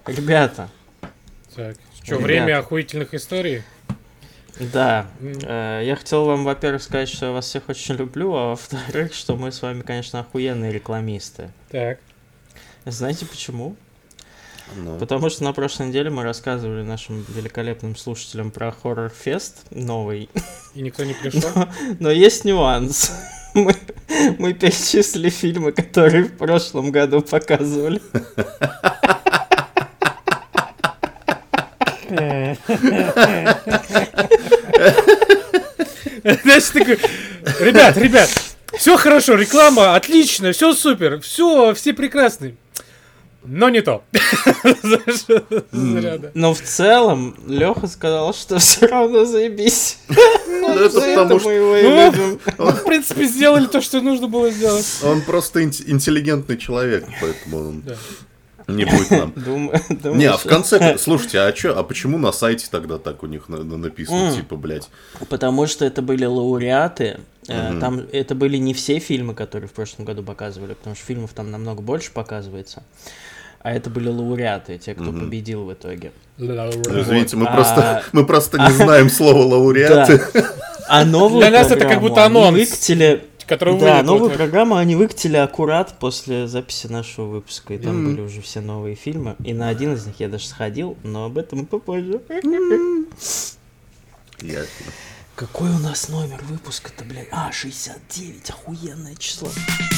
Ребята. Так, что, время охуительных историй? Да. Я хотел вам, во-первых, сказать, что я вас всех очень люблю, а во-вторых, что мы с вами, конечно, охуенные рекламисты. Так. Знаете почему? Потому что на прошлой неделе мы рассказывали нашим великолепным слушателям про хоррор-фест новый. И никто не пришел? Но есть нюанс. Мы перечислили фильмы, которые в прошлом году показывали. Значит, такой, ребят, все хорошо, реклама отлично, все супер, все прекрасны. Но не то. Но в целом Леха сказал, что все равно заебись. Это потому что... Мы, в принципе, сделали то, что нужно было сделать. Он просто интеллигентный человек, поэтому он... Не будет нам. Не, а в конце... Слушайте, а почему на сайте тогда так у них написано, типа, блядь? Потому что это были лауреаты. Там это были не все фильмы, которые в прошлом году показывали, потому что фильмов там намного больше показывается. А это были лауреаты, те, кто победил в итоге. Извините, мы просто не знаем слова лауреаты. А новую для нас это как будто анонс. Да, новую программу они выкатили аккурат после записи нашего выпуска, и там были уже все новые фильмы, и на один из них я даже сходил, но об этом попозже. Ясно. Какой у нас номер выпуска-то, блядь? 69, охуенное число.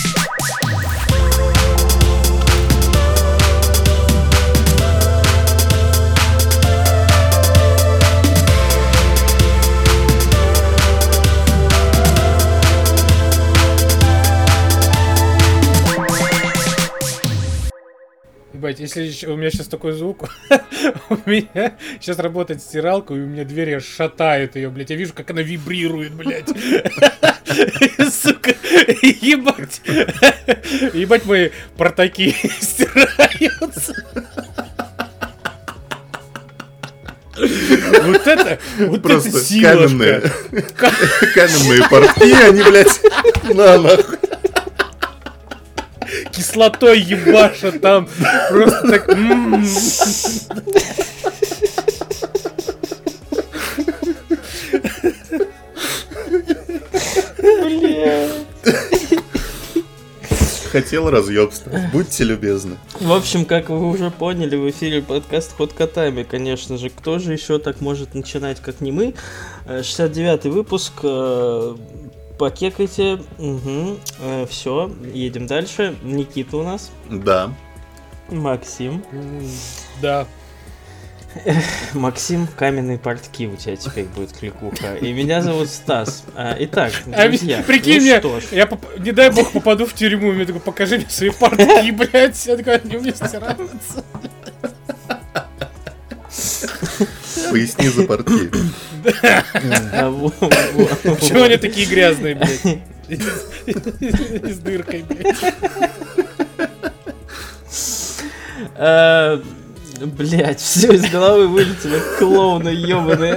Ебать, если у меня сейчас такой звук, у меня сейчас работает стиралка, и у меня дверь аж шатает ее, блядь. Я вижу, как она вибрирует, блядь. Сука, ебать. Ебать, мои портаки стираются. Вот это сила. Каменные портки, они, блядь, на нахуй. Кислотой ебаша там. Просто так... Хотел разъебства. Будьте любезны. В общем, как вы уже поняли, в эфире подкаст «Ход котами», конечно же. Кто же еще так может начинать, как не мы? 69-й выпуск. Покекайте. Все, едем дальше. Никита у нас. Да. Максим. Да. Максим, каменные портки у тебя теперь будет кликуха. И меня зовут Стас. Итак, друзья, прикинь мне, я, не дай бог, попаду в тюрьму, мне такой, покажи мне свои портки, блядь. Я такой, они у меня стираются. Поясни за портки. Почему они такие грязные, блядь? С дыркой, блядь. Блять, все из головы вылетело, клоуны ебаные.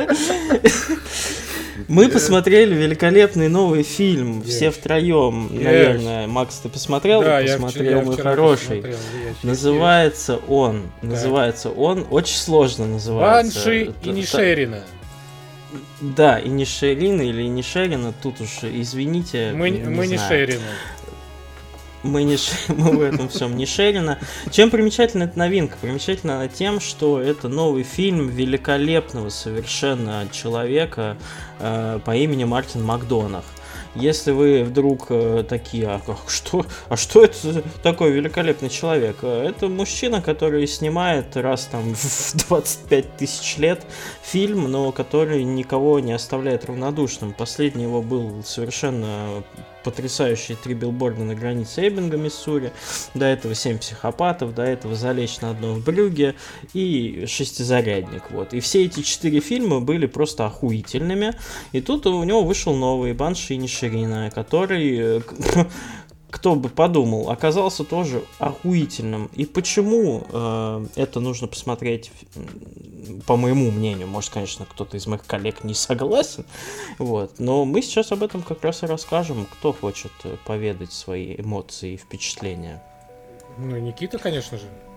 Мы посмотрели великолепный новый фильм, все втроем, наверное. Макс, ты посмотрел? Да, посмотрел, мой хороший. Называется он, очень сложно называется. Банши и Нишерина. Да, и Нишерина или Нишерина, тут уж извините. Мы не Шерина. Мы в этом всем не Шерина. Чем примечательна эта новинка? Примечательна она тем, что это новый фильм великолепного совершенно человека по имени Мартин Макдонах. Если вы вдруг такие, что это такой великолепный человек? Это мужчина, который снимает раз там в 25 тысяч лет фильм, но который никого не оставляет равнодушным. Последний его был совершенно потрясающие 3 билборда на границе Эббинга, Миссури. До этого 7 психопатов, до этого залечь на дно в Брюгге и Шестизарядник. Вот. И все эти 4 фильма были просто охуительными. И тут у него вышел новый Банши и Нишерина, который, кто бы подумал, оказался тоже охуительным. И почему это нужно посмотреть, по моему мнению, может, конечно, кто-то из моих коллег не согласен, вот, но мы сейчас об этом как раз и расскажем. Кто хочет поведать свои эмоции и впечатления? Ну, Никита, конечно же.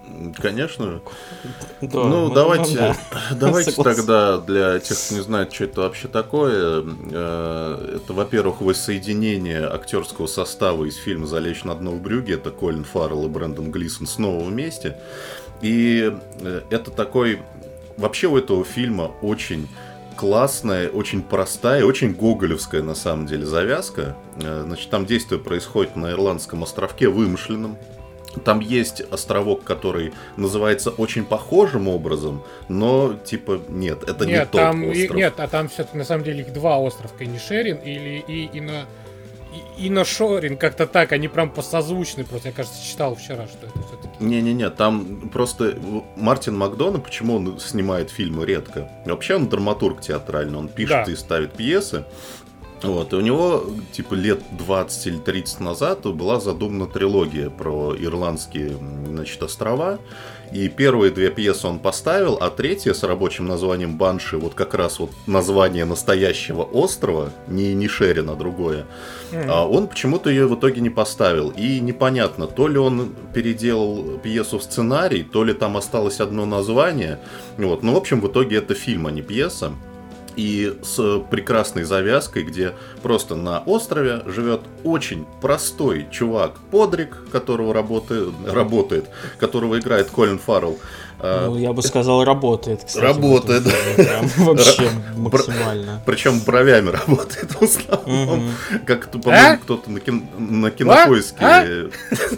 Конечно. Да, ну, давайте тогда для тех, кто не знает, что это вообще такое. Это, во-первых, воссоединение актерского состава из фильма «Залечь на дно в брюгге». Это Колин Фаррелл и Брэндон Глисон снова вместе. И это такой... Вообще у этого фильма очень классная, очень простая, очень гоголевская на самом деле завязка. Значит, там действие происходит на ирландском островке вымышленном. Там есть островок, который называется очень похожим образом, но типа нет, это не тот остров. Нет, а там все-таки на самом деле их два острова, Инишерин или Иношорин, как-то так, они прям посозвучны, просто я, кажется, читал вчера, что это все-таки. Не-не-не, там просто Мартин Макдона, почему он снимает фильмы редко? Вообще он драматург театральный, он пишет и ставит пьесы. Вот, и у него, типа, лет 20 или 30 назад была задумана трилогия про ирландские, значит, острова. И первые две пьесы он поставил, а третья с рабочим названием «Банши», вот как раз вот название настоящего острова, не Инишерин, а другое, он почему-то ее в итоге не поставил. И непонятно, то ли он переделал пьесу в сценарий, то ли там осталось одно название. Вот. Ну, в общем, в итоге это фильм, а не пьеса. И с прекрасной завязкой, где просто на острове живет очень простой чувак Подрик, которого работает, которого играет Колин Фаррелл. Ну, я бы сказал, работает, кстати. Работает. Вообще максимально. Причем бровями работает в основном. Как-то, по-моему, кто-то на Кинопоиске...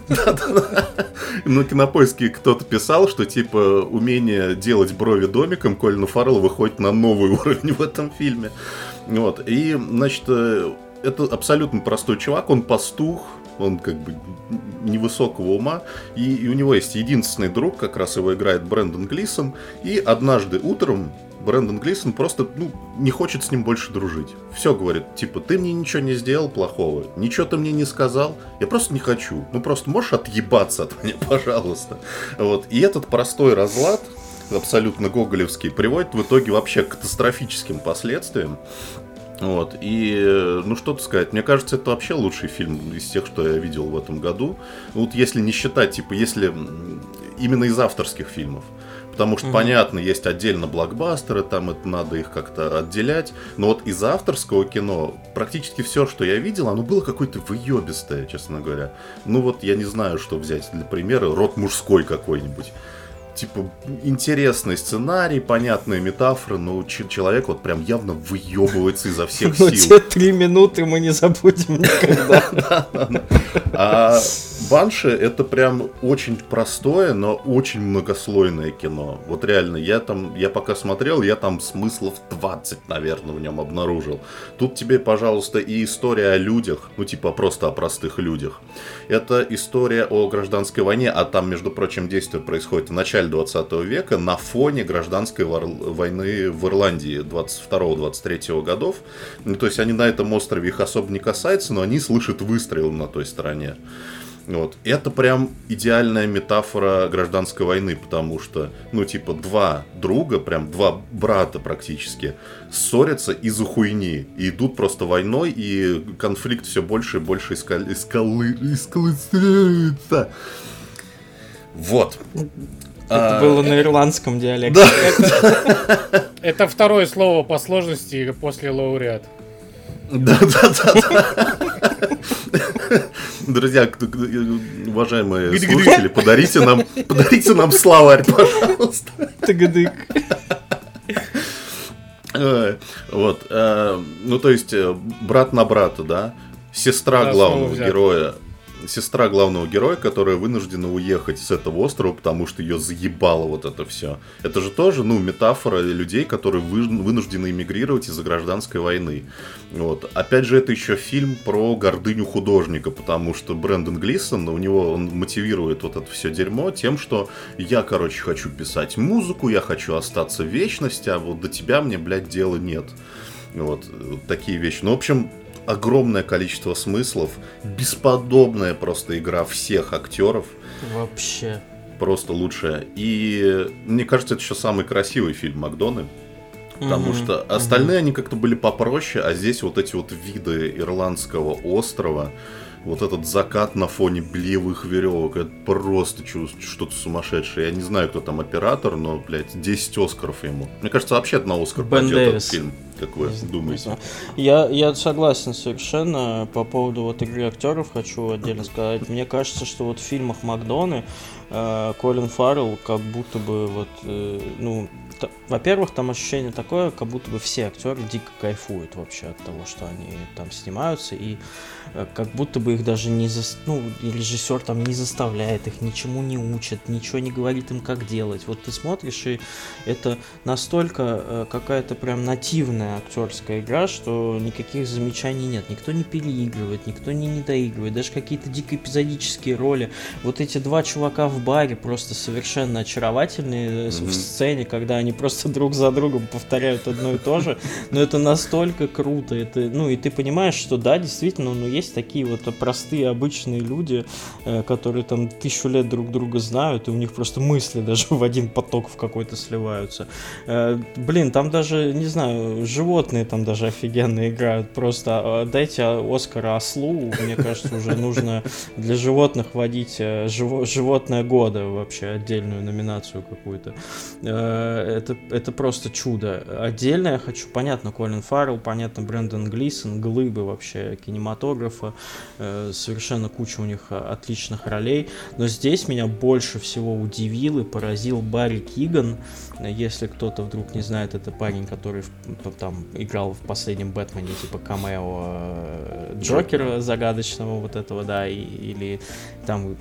На Кинопоиске кто-то писал, что типа умение делать брови домиком Колина Фаррелла выходит на новый уровень в этом фильме. Вот. И, значит, это абсолютно простой чувак, он пастух, он как бы невысокого ума, и у него есть единственный друг, как раз его играет Брэндон Глисон, и однажды утром Брэндон Глисон просто, не хочет с ним больше дружить. Все говорит, типа, ты мне ничего не сделал плохого, ничего ты мне не сказал, я просто не хочу, просто можешь отъебаться от меня, пожалуйста. Вот. И этот простой разлад, абсолютно гоголевский, приводит в итоге вообще к катастрофическим последствиям. Вот, и, что-то сказать, мне кажется, это вообще лучший фильм из тех, что я видел в этом году. Вот если не считать, типа, если именно из авторских фильмов. Потому что, понятно, есть отдельно блокбастеры, там это надо их как-то отделять. Но вот из авторского кино практически все, что я видел, оно было какое-то выебистое, честно говоря. Я не знаю, что взять для примера. «Род мужской» какой-нибудь. Типа, интересный сценарий, понятные метафоры, но человек вот прям явно выебывается изо всех сил. Те 3 минуты мы не забудем никогда. А «Банши» — это прям очень простое, но очень многослойное кино. Вот реально, я пока смотрел, я там смыслов 20, наверное, в нем обнаружил. Тут тебе, пожалуйста, и история о людях, просто о простых людях. Это история о гражданской войне, а там, между прочим, действие происходит в начале 20 века на фоне гражданской войны в Ирландии 22-23 годов. То есть они на этом острове, их особо не касается, но они слышат выстрелы на той стороне. Вот. Это прям идеальная метафора гражданской войны, потому что, два друга, прям два брата практически, ссорятся из-за хуйни. И идут просто войной, и конфликт все больше и больше эскалируется. Вот. Это было на ирландском диалекте. Это второе слово по сложности после лауреат. Да. Друзья, уважаемые слушатели, подарите нам словарь, пожалуйста. Тыгадык. Вот. То есть, брат на брата, да? Сестра главного героя, которая вынуждена уехать с этого острова, потому что ее заебало вот это все. Это же тоже, метафора людей, которые вынуждены эмигрировать из-за гражданской войны. Вот. Опять же, это еще фильм про гордыню художника, потому что Брэндон Глисон, он мотивирует вот это все дерьмо тем, что я, хочу писать музыку, я хочу остаться в вечности, а вот до тебя мне, блядь, дела нет. Вот такие вещи. В общем, огромное количество смыслов, бесподобная просто игра всех актеров. Вообще. Просто лучшая. И мне кажется, это еще самый красивый фильм Макдоны. Потому что остальные они как-то были попроще, а здесь вот эти вот виды ирландского острова, Вот этот закат на фоне белевых веревок, это просто что-то сумасшедшее. Я не знаю, кто там оператор, но, блядь, 10 Оскаров ему. Мне кажется, вообще-то на Оскар пойдет этот фильм. Как вы думаете? Я согласен совершенно. По поводу вот игры актеров хочу отдельно сказать. Мне кажется, что вот в фильмах Макдоны Колин Фаррелл как будто бы вот, во-первых, там ощущение такое, как будто бы все актеры дико кайфуют вообще от того, что они там снимаются, и как будто бы их даже режиссер там не заставляет, их ничему не учит, ничего не говорит им, как делать. Вот ты смотришь, и это настолько какая-то прям нативная актерская игра, что никаких замечаний нет. Никто не переигрывает, никто не недоигрывает, даже какие-то дико эпизодические роли. Вот эти два чувака в баре просто совершенно очаровательные в сцене, когда они просто друг за другом повторяют одно и то же, но это настолько круто, и ты понимаешь, что да, действительно, есть такие вот простые, обычные люди, которые там 1000 лет друг друга знают, и у них просто мысли даже в один поток в какой-то сливаются. Там даже, не знаю, животные там даже офигенно играют, просто дайте Оскара ослу, мне кажется, уже нужно для животных вводить животное года, вообще отдельную номинацию какую-то. Это просто чудо. Отдельно я хочу, понятно, Колин Фаррелл, понятно, Брэндон Глисон, глыбы вообще кинематографа, совершенно куча у них отличных ролей, но здесь меня больше всего удивил и поразил Барри Киган. Если кто-то вдруг не знает, это парень, который там играл в последнем Бэтмене, типа камео Джокера загадочного вот этого, да, или там,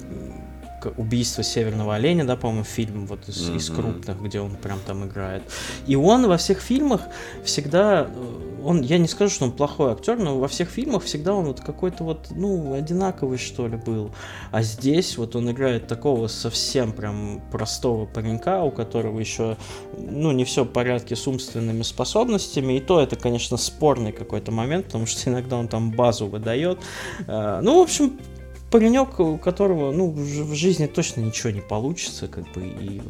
«Убийство северного оленя», да, по-моему, фильм вот из крупных, где он прям там играет. И он во всех фильмах всегда, я не скажу, что он плохой актер, но во всех фильмах всегда он вот какой-то вот, одинаковый, что ли, был. А здесь вот он играет такого совсем прям простого паренька, у которого еще, не все в порядке с умственными способностями, и то это, конечно, спорный какой-то момент, потому что иногда он там базу выдает. В общем, паренек, у которого, в жизни точно ничего не получится, как бы, и,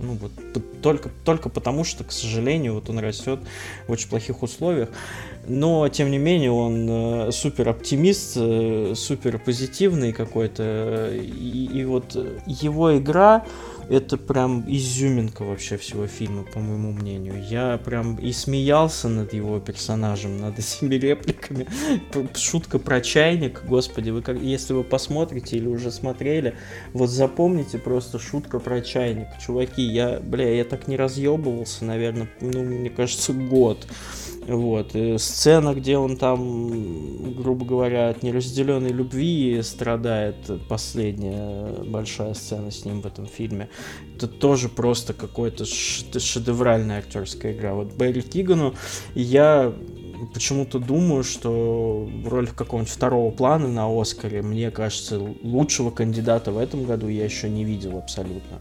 только потому, что, к сожалению, вот он растет в очень плохих условиях, но, тем не менее, он супер оптимист, супер позитивный какой-то, и вот его игра — это прям изюминка вообще всего фильма, по моему мнению. Я прям и смеялся над его персонажем, над этими репликами. Шутка про чайник, господи, если вы посмотрите или уже смотрели, вот запомните просто шутка про чайник. Чуваки, я так не разъебывался, наверное, мне кажется, год. Вот. Сцена, где он там, грубо говоря, от неразделенной любви страдает, последняя большая сцена с ним в этом фильме, это тоже просто какой-то шедевральная актерская игра. Вот Барри Кигану я почему-то думаю, что в роли какого-нибудь второго плана на Оскаре, мне кажется, лучшего кандидата в этом году я еще не видел абсолютно.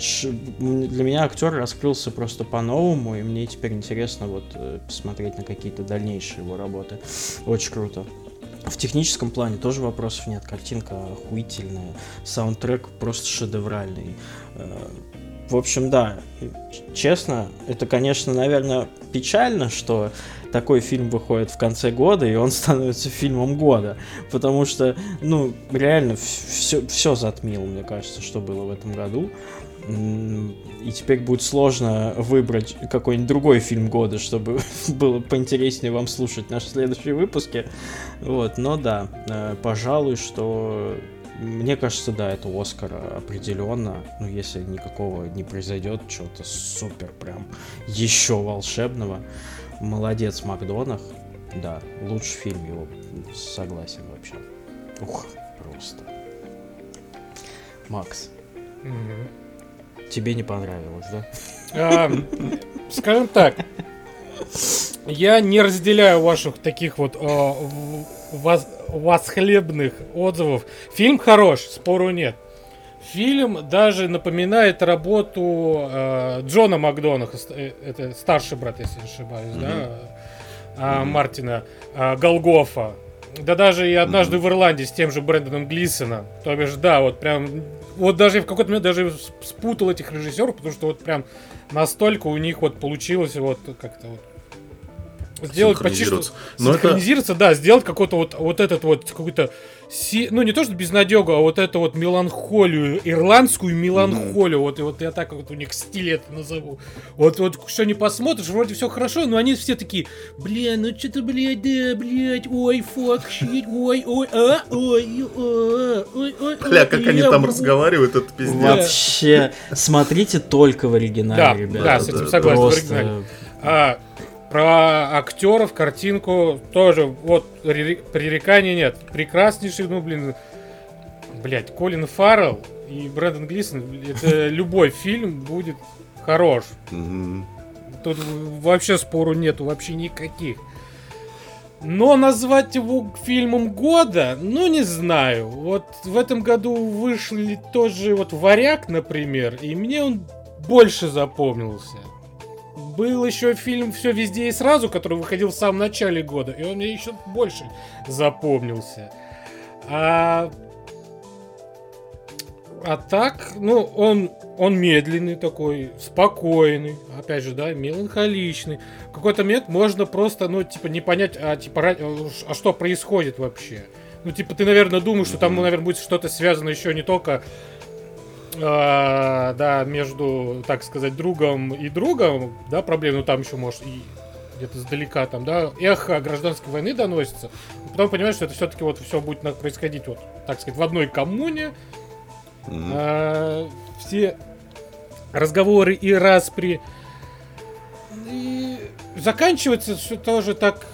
Для меня актер раскрылся просто по-новому, и мне теперь интересно посмотреть на какие-то дальнейшие его работы. Очень круто. В техническом плане тоже вопросов нет. Картинка охуительная, саундтрек просто шедевральный. В общем, да, честно, это, конечно, наверное, печально, что такой фильм выходит в конце года, и он становится фильмом года, потому что, реально все затмило, мне кажется, что было в этом году. И теперь будет сложно выбрать какой-нибудь другой фильм года, чтобы было поинтереснее вам слушать наши следующие выпуски. Но да, пожалуй, что... Мне кажется, да, это Оскар определенно, если никакого не произойдет, чего-то супер прям еще волшебного. Молодец, Макдонах. Да, лучший фильм его, согласен вообще. Просто. Макс, тебе не понравилось, да? Скажем так, я не разделяю ваших таких вот восхлебных отзывов. Фильм хорош, спору нет. Фильм даже напоминает работу Джона Макдонаха, это старший брат, если не ошибаюсь, да, Мартина Голгофа. Да даже и «Однажды в Ирландии» с тем же Брэндоном Глисоном. То бишь, да, вот прям... Вот даже в какой-то момент даже спутал этих режиссеров, потому что вот прям настолько у них вот получилось вот как-то вот сделать почти что... Синхронизироваться, да, сделать какой-то вот этот вот какой-то ну не то что безнадегу, а вот эту вот меланхолию, ирландскую меланхолию, вот я так вот у них стиль это назову. Вот что не посмотришь, вроде все хорошо, но они все такие, бля, ну что-то, блядь, да, блядь, ой, фак, щит, ой, Бля, как они там разговаривают, это пиздец. Вообще, смотрите только в оригинале, ребята. Да, с этим согласен, в оригинале. Про актеров, картинку тоже, вот, пререканий нет. Прекраснейший, блядь, Колин Фаррелл и Брэндон Глисон, это любой фильм будет хорош. Тут вообще спору нету, вообще никаких. Но назвать его фильмом года, не знаю. Вот в этом году вышли тоже вот «Варяг», например, и мне он больше запомнился. Был еще фильм «Все везде и сразу», который выходил в самом начале года, и он мне еще больше запомнился. А так, он медленный такой, спокойный, опять же, да, меланхоличный. В какой-то момент можно просто, не понять, а что происходит вообще. Ты, наверное, думаешь, что там, наверное, будет что-то связано еще не только между, так сказать, другом и другом, да, проблемы, там еще, может, и где-то издалека, там, да, эхо гражданской войны доносится. Потом понимаешь, что это все-таки вот все будет происходить, вот, так сказать, в одной коммуне. Все разговоры и распри. И заканчивается все тоже так,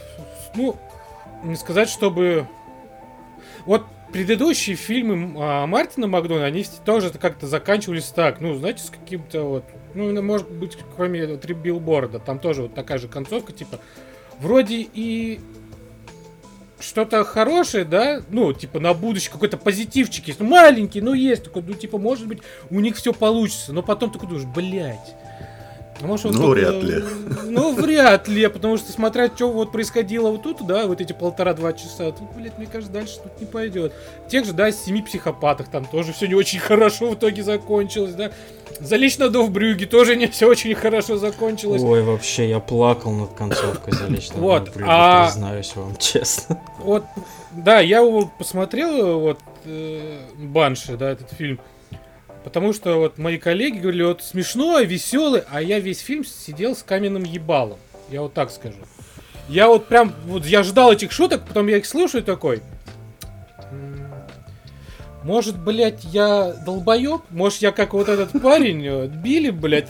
не сказать, чтобы... Вот предыдущие фильмы Мартина Макдона, они тоже как-то заканчивались так, знаете, с каким-то вот... может быть, кроме «Три билборда», там тоже вот такая же концовка, типа, вроде и... что-то хорошее, да, на будущее какой-то позитивчик есть, маленький, есть такой, может быть, у них все получится, но потом такой думаешь, блядь. Может, вряд ли. Вряд ли, потому что смотря, что вот происходило вот тут, да, вот эти 1,5-2 часа, тут, блядь, мне кажется, дальше тут не пойдет. Тех же, да, 7 психопатах там тоже все не очень хорошо в итоге закончилось, да. За лично до в Брюгге тоже не все очень хорошо закончилось. Ой, вообще, я плакал над концовкой за лично до в Брюгге, признаюсь вам честно. Вот, да, я его посмотрел, вот, Банши, да, этот фильм. Потому что вот мои коллеги говорили, вот смешной, веселый, а я весь фильм сидел с каменным ебалом. Я вот так скажу. Я вот прям, я ждал этих шуток, потом я их слушаю такой. Может, блядь, я долбоёб? Может, я как вот этот парень, Билли, блядь.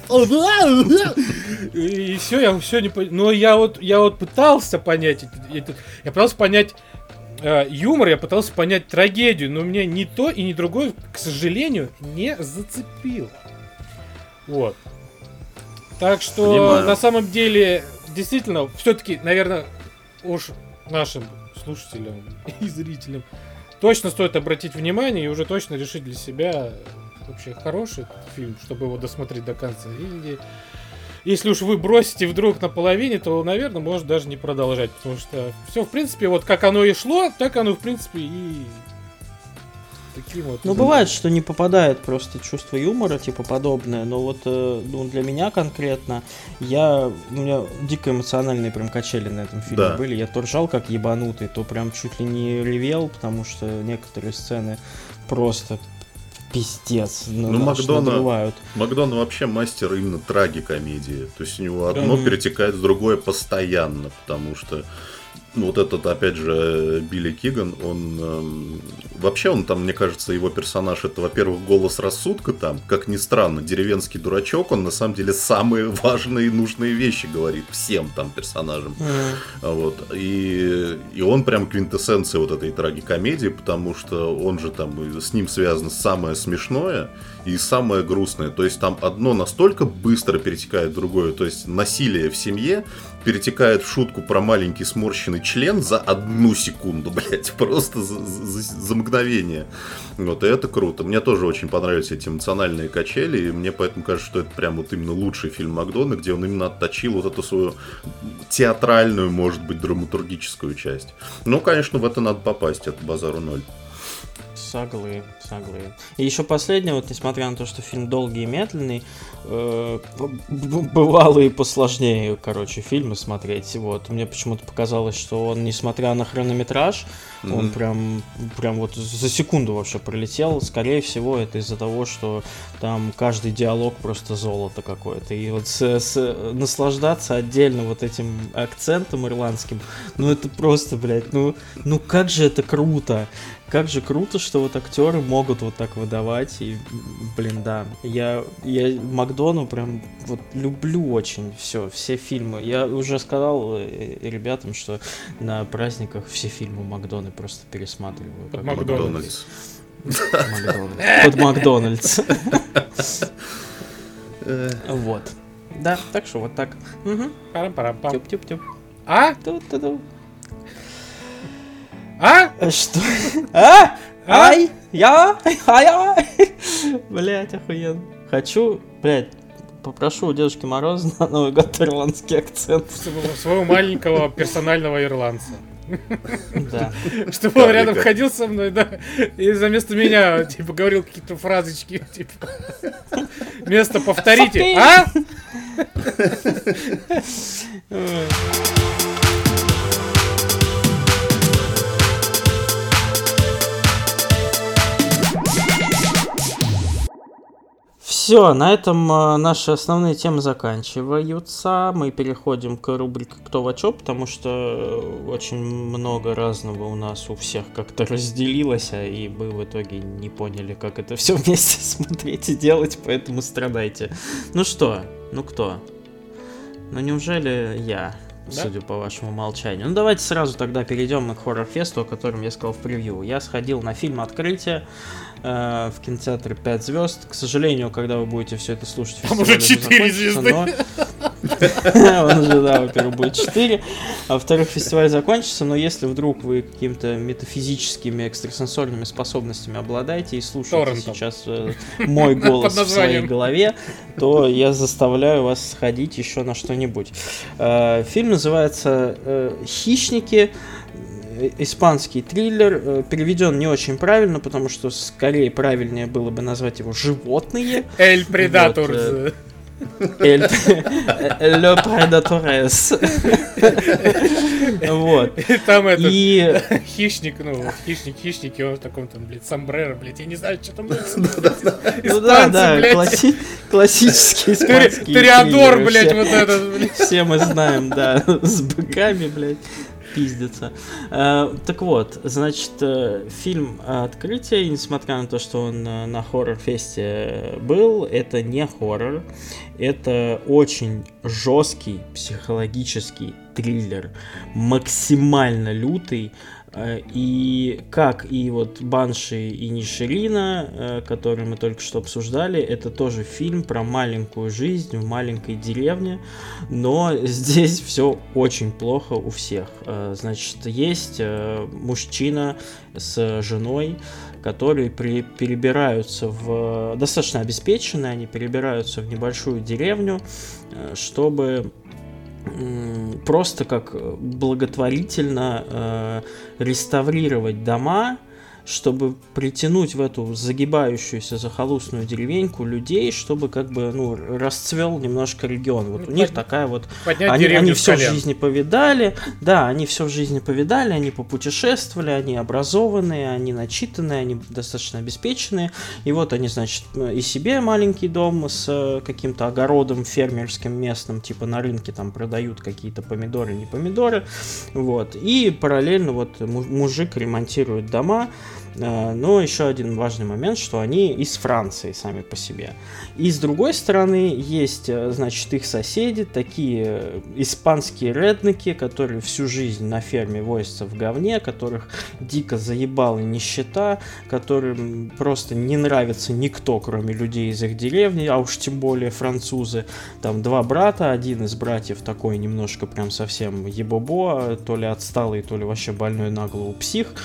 И все, я все не понял. Но я вот пытался понять, я пытался понять юмор, я пытался понять трагедию, но меня ни то и ни другое, к сожалению, не зацепило. Вот. Так что, понимаю. На самом деле, действительно, все-таки, наверное, уж нашим слушателям и зрителям точно стоит обратить внимание и уже точно решить для себя вообще хороший фильм, чтобы его досмотреть до конца. Или если уж вы бросите вдруг на половине, то, наверное, может даже не продолжать. Потому что все, в принципе, вот как оно и шло, так оно, в принципе, и таким вот. Бывает, что не попадает просто чувство юмора, типа подобное. Но вот для меня конкретно, у меня дико эмоциональные прям качели на этом фильме были. Я то ржал как ебанутый, то прям чуть ли не ревел, потому что некоторые сцены просто... пиздец. Макдон вообще мастер именно трагикомедии. То есть у него одно перетекает в другое постоянно, потому что вот этот, опять же, Билли Киган, он там, мне кажется, его персонаж, это, во-первых, голос рассудка там, как ни странно, деревенский дурачок, он на самом деле самые важные и нужные вещи говорит всем там персонажам. Вот. И он прям квинтэссенция вот этой трагикомедии, потому что он же там, с ним связано самое смешное и самое грустное. То есть там одно настолько быстро перетекает в другое, то есть насилие в семье перетекает в шутку про маленький сморщенный член за 1 секунду, блять, просто за мгновение. Вот, и это круто. Мне тоже очень понравились эти эмоциональные качели, и мне поэтому кажется, что это прям вот именно лучший фильм Макдона, где он именно отточил вот эту свою театральную, может быть, драматургическую часть. Ну, конечно, в это надо попасть, это базару ноль. Согласен. И еще последнее, вот несмотря на то, что фильм долгий и медленный, бывало и посложнее, короче, фильмы смотреть. Вот. Мне почему-то показалось, что он, несмотря на хронометраж, он прям вот за секунду вообще пролетел. Скорее всего, это из-за того, что там каждый диалог просто золото какое-то. И вот наслаждаться отдельно вот этим акцентом ирландским, ну это просто, блядь, ну как же это круто. Как же круто, что вот актеры могут вот так выдавать. И, блин, да. Я Макдону прям вот люблю очень все фильмы. Я уже сказал ребятам, что на праздниках все фильмы Макдоны просто пересматриваю. Под Макдональдс. Под Макдональдс. Вот. Да, так что вот так. Парам-парам-пам. Тюп-тюп-тюп. А? Ту-ту-ту. А? Что? А? Ай! Я? Блять, охуенно. Хочу, блять, попрошу у Дедушки Мороза на Новый год ирландский акцент. Своего маленького персонального ирландца. Да. Чтобы он рядом ходил со мной, да, и вместо меня, типа, говорил какие-то фразочки, типа, вместо повторите. А? Все, на этом наши основные темы заканчиваются. Мы переходим к рубрике «Кто во чё?», потому что очень много разного у нас у всех как-то разделилось, и мы в итоге не поняли, как это все вместе смотреть и делать, поэтому страдайте. Ну что, ну кто? Ну неужели я? Да? Судя по вашему молчанию. Ну давайте сразу тогда перейдем к хоррор-фесту, о котором я сказал в превью. Я сходил на фильм «Открытие» в кинотеатре 5 звезд. К сожалению, когда вы будете все это слушать, там уже 4 звезды. Он уже, да, во-первых, будет 4. А во-вторых, фестиваль закончится, но если вдруг вы какими-то метафизическими экстрасенсорными способностями обладаете и слушаете сейчас мой голос в своей голове, то я заставляю вас сходить еще на что-нибудь. Фильм называется «Хищники». Испанский триллер, переведен не очень правильно, потому что скорее правильнее было бы назвать его «Животные». «Эль Предатор». Le Predatores. Вот. Там этот хищник, хищник, он в таком там, блядь, сомбреро, блядь, я не знаю, что там. Ну да, классический испанский. Тореадор, блядь, вот этот, блядь. Все мы знаем, да, с быками, блядь. Пиздится. Так вот, значит, фильм «Открытие», несмотря на то, что он на хоррор-фесте был, это не хоррор, это очень жесткий психологический триллер, максимально лютый. И как и вот «Банши» и «Ниширина», который мы только что обсуждали, это тоже фильм про маленькую жизнь в маленькой деревне, но здесь все очень плохо у всех. Значит, есть мужчина с женой, которые перебираются достаточно обеспеченные, они перебираются в небольшую деревню, чтобы просто как благотворительно реставрировать дома, чтобы притянуть в эту загибающуюся захолустную деревеньку людей, чтобы как бы, ну, расцвел немножко регион. Вот у них такая вот... Они все в жизни повидали, да, они все в жизни повидали, они попутешествовали, они образованные, они начитанные, они достаточно обеспеченные. И вот они, значит, и себе маленький дом с каким-то огородом фермерским местным, типа на рынке там продают какие-то помидоры, не помидоры. Вот. И параллельно вот мужик ремонтирует дома. Но еще один важный момент, что они из Франции сами по себе. И с другой стороны есть, значит, их соседи, такие испанские реднеки, которые всю жизнь на ферме возятся в говне, которых дико заебала нищета, которым просто не нравится никто, кроме людей из их деревни, а уж тем более французы. Там 2 брата, один из братьев такой немножко прям совсем ебобо, то ли отсталый, то ли вообще больной на голову псих.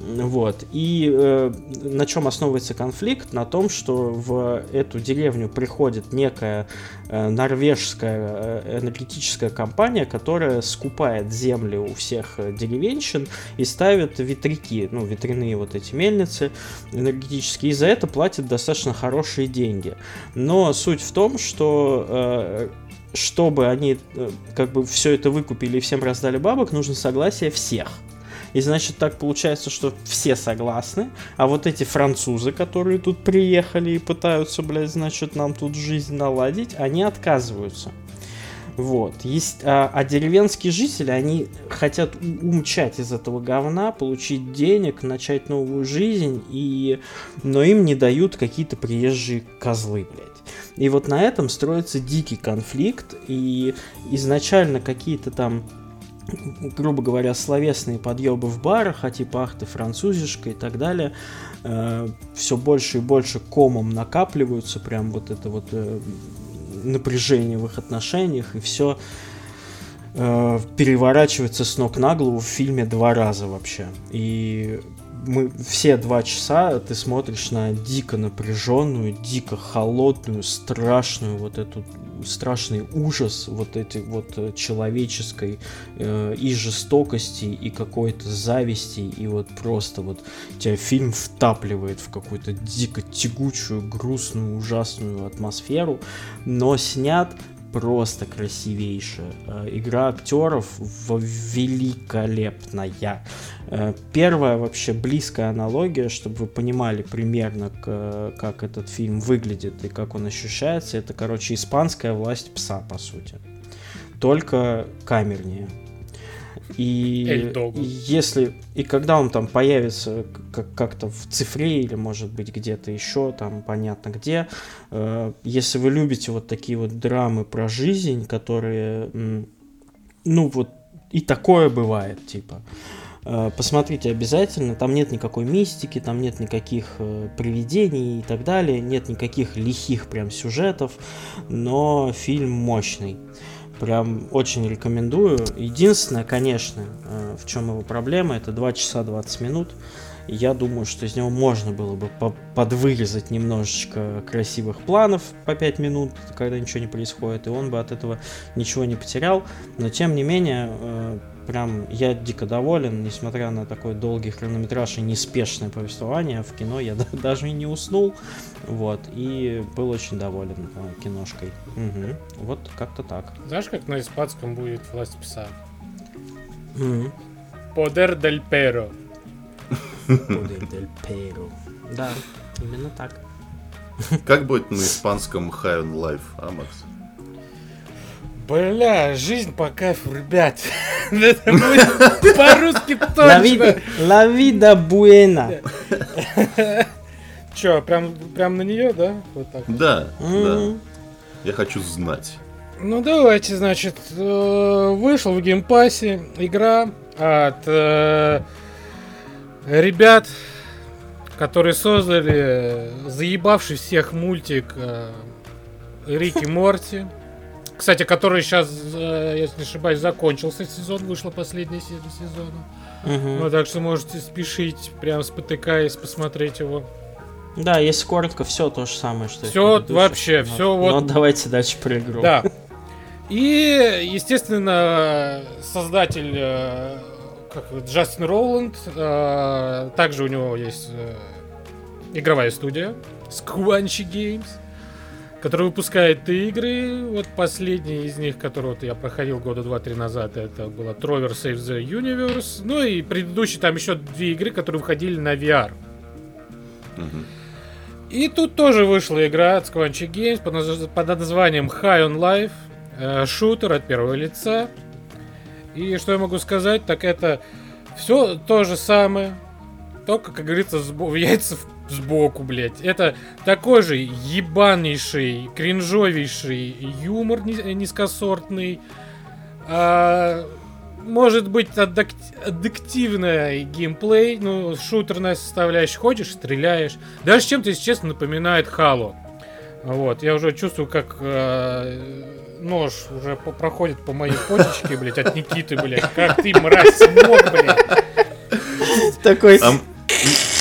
Вот. И на чем основывается конфликт? На том, что в эту деревню приходит некая норвежская энергетическая компания, которая скупает земли у всех деревенщин и ставит ветряки, ну, ветряные вот эти мельницы энергетические, и за это платят достаточно хорошие деньги. Но суть в том, что чтобы они как бы все это выкупили и всем раздали бабок, нужно согласие всех. И значит так получается, что все согласны, а вот эти французы, которые тут приехали и пытаются, блядь, значит, нам тут жизнь наладить, они отказываются. Вот. А деревенские жители, они хотят умчать из этого говна, получить денег, начать новую жизнь, но им не дают какие-то приезжие козлы, блядь. И вот на этом строится дикий конфликт, и изначально какие-то там, грубо говоря, словесные подъебы в барах, а типа ах ты французишка и так далее, все больше и больше комом накапливаются, прям вот это вот напряжение в их отношениях, и все переворачивается с ног на голову в фильме 2 раза вообще. И мы все 2 часа ты смотришь на дико напряженную, дико холодную, страшную вот эту страшный ужас вот этой вот человеческой и жестокости, и какой-то зависти, и вот просто вот тебя фильм втапливает в какую-то дико тягучую, грустную, ужасную атмосферу, но снят просто красивейшая. Игра актеров великолепная. Первая вообще близкая аналогия, чтобы вы понимали примерно, как этот фильм выглядит и как он ощущается, это, короче, испанская «Власть пса», по сути. Только камернее. И когда он там появится как-то в цифре или, может быть, где-то еще, там понятно где, если вы любите вот такие вот драмы про жизнь, которые, ну вот, и такое бывает, типа, посмотрите обязательно, там нет никакой мистики, там нет никаких привидений и так далее, нет никаких лихих прям сюжетов, но фильм мощный. Прям очень рекомендую. Единственное, конечно, в чем его проблема, это 2 часа 20 минут. Я думаю, что из него можно было бы подвырезать немножечко красивых планов по 5 минут, когда ничего не происходит, и он бы от этого ничего не потерял. Но, тем не менее, прям я дико доволен, несмотря на такой долгий хронометраж и неспешное повествование. В кино я даже и не уснул, вот, и был очень доволен киношкой. Угу. Вот как-то так. Знаешь, как на испанском будет «Власть пса»? Poder del perro. Poder del perro. Да, именно так. Как будет на испанском High on Life, а, Макс? Бля, жизнь по кайфу, ребят. Это будет по-русски точно. La vida buena. Че, прям на нее, да? Вот так. Да, да. Я хочу знать. Ну давайте, значит, вышел в геймпассе игра от ребят, которые создали заебавший всех мультик Рик и Морти. Кстати, который сейчас, если не ошибаюсь, закончился сезон, вышла последняя серия сезона. Ну, так что можете спешить, прям спотыкаясь, посмотреть его. Да, если коротко, все то же самое, что все вообще, все вот. Но давайте дальше про игру. Да. И, естественно, создатель Джастин Роуланд, также у него есть игровая студия Squanchy Games, которая выпускает игры. Вот последний из них, который вот я проходил года 2-3 назад, это была Trover Saves the Universe. Ну и предыдущие там еще 2 игры, которые выходили на VR. И тут тоже вышла игра от Squanchy Games под названием High on Life. Шутер от первого лица. И что я могу сказать, так это все то же самое, только, как говорится, яйца сбоку, блять. Это такой же ебанейший, кринжовейший юмор низкосортный. Может быть, аддиктивный геймплей, ну, шутерная составляющая. Ходишь, стреляешь. Даже чем-то, если честно, напоминает Halo. Вот, я уже чувствую, как нож уже проходит по моей почечке, блять, от Никиты, блять. Как ты, мразь, смог, блять. Такой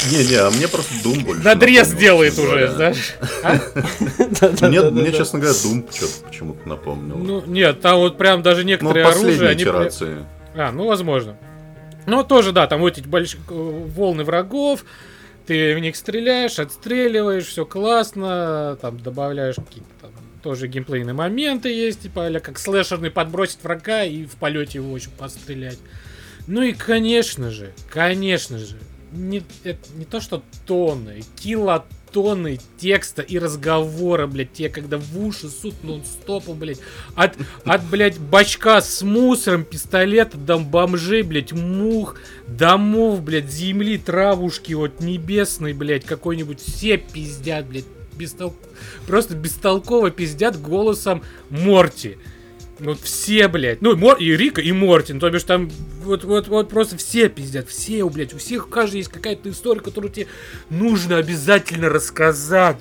Не-не, а мне просто Doom больше. Надрез делает уже, знаешь. Мне, честно говоря, Doom что-то почему-то напомнил. Ну, нет, там вот прям даже некоторые оружия... последние итерации. Ну, возможно. Ну, тоже, да, там вот эти большие волны врагов, ты в них стреляешь, отстреливаешь, все классно, там добавляешь какие-то там тоже геймплейные моменты есть, типа, как слэшерный подбросить врага и в полете его еще пострелять. Ну и, конечно же, не то что тонны, килотонны текста и разговора, блядь, тебе когда в уши суд нон-стопом, блядь, от, блядь, бачка с мусором, пистолета, до бомжей, блядь, мух, домов, блядь, земли, травушки, вот, небесной, блядь, какой-нибудь, все пиздят, блядь, просто бестолково пиздят голосом Морти. Вот все, блядь. Ну, и Рика, и Мортин. То бишь там вот просто все пиздят. Все, блядь. У всех, у каждого есть какая-то история, которую тебе нужно обязательно рассказать.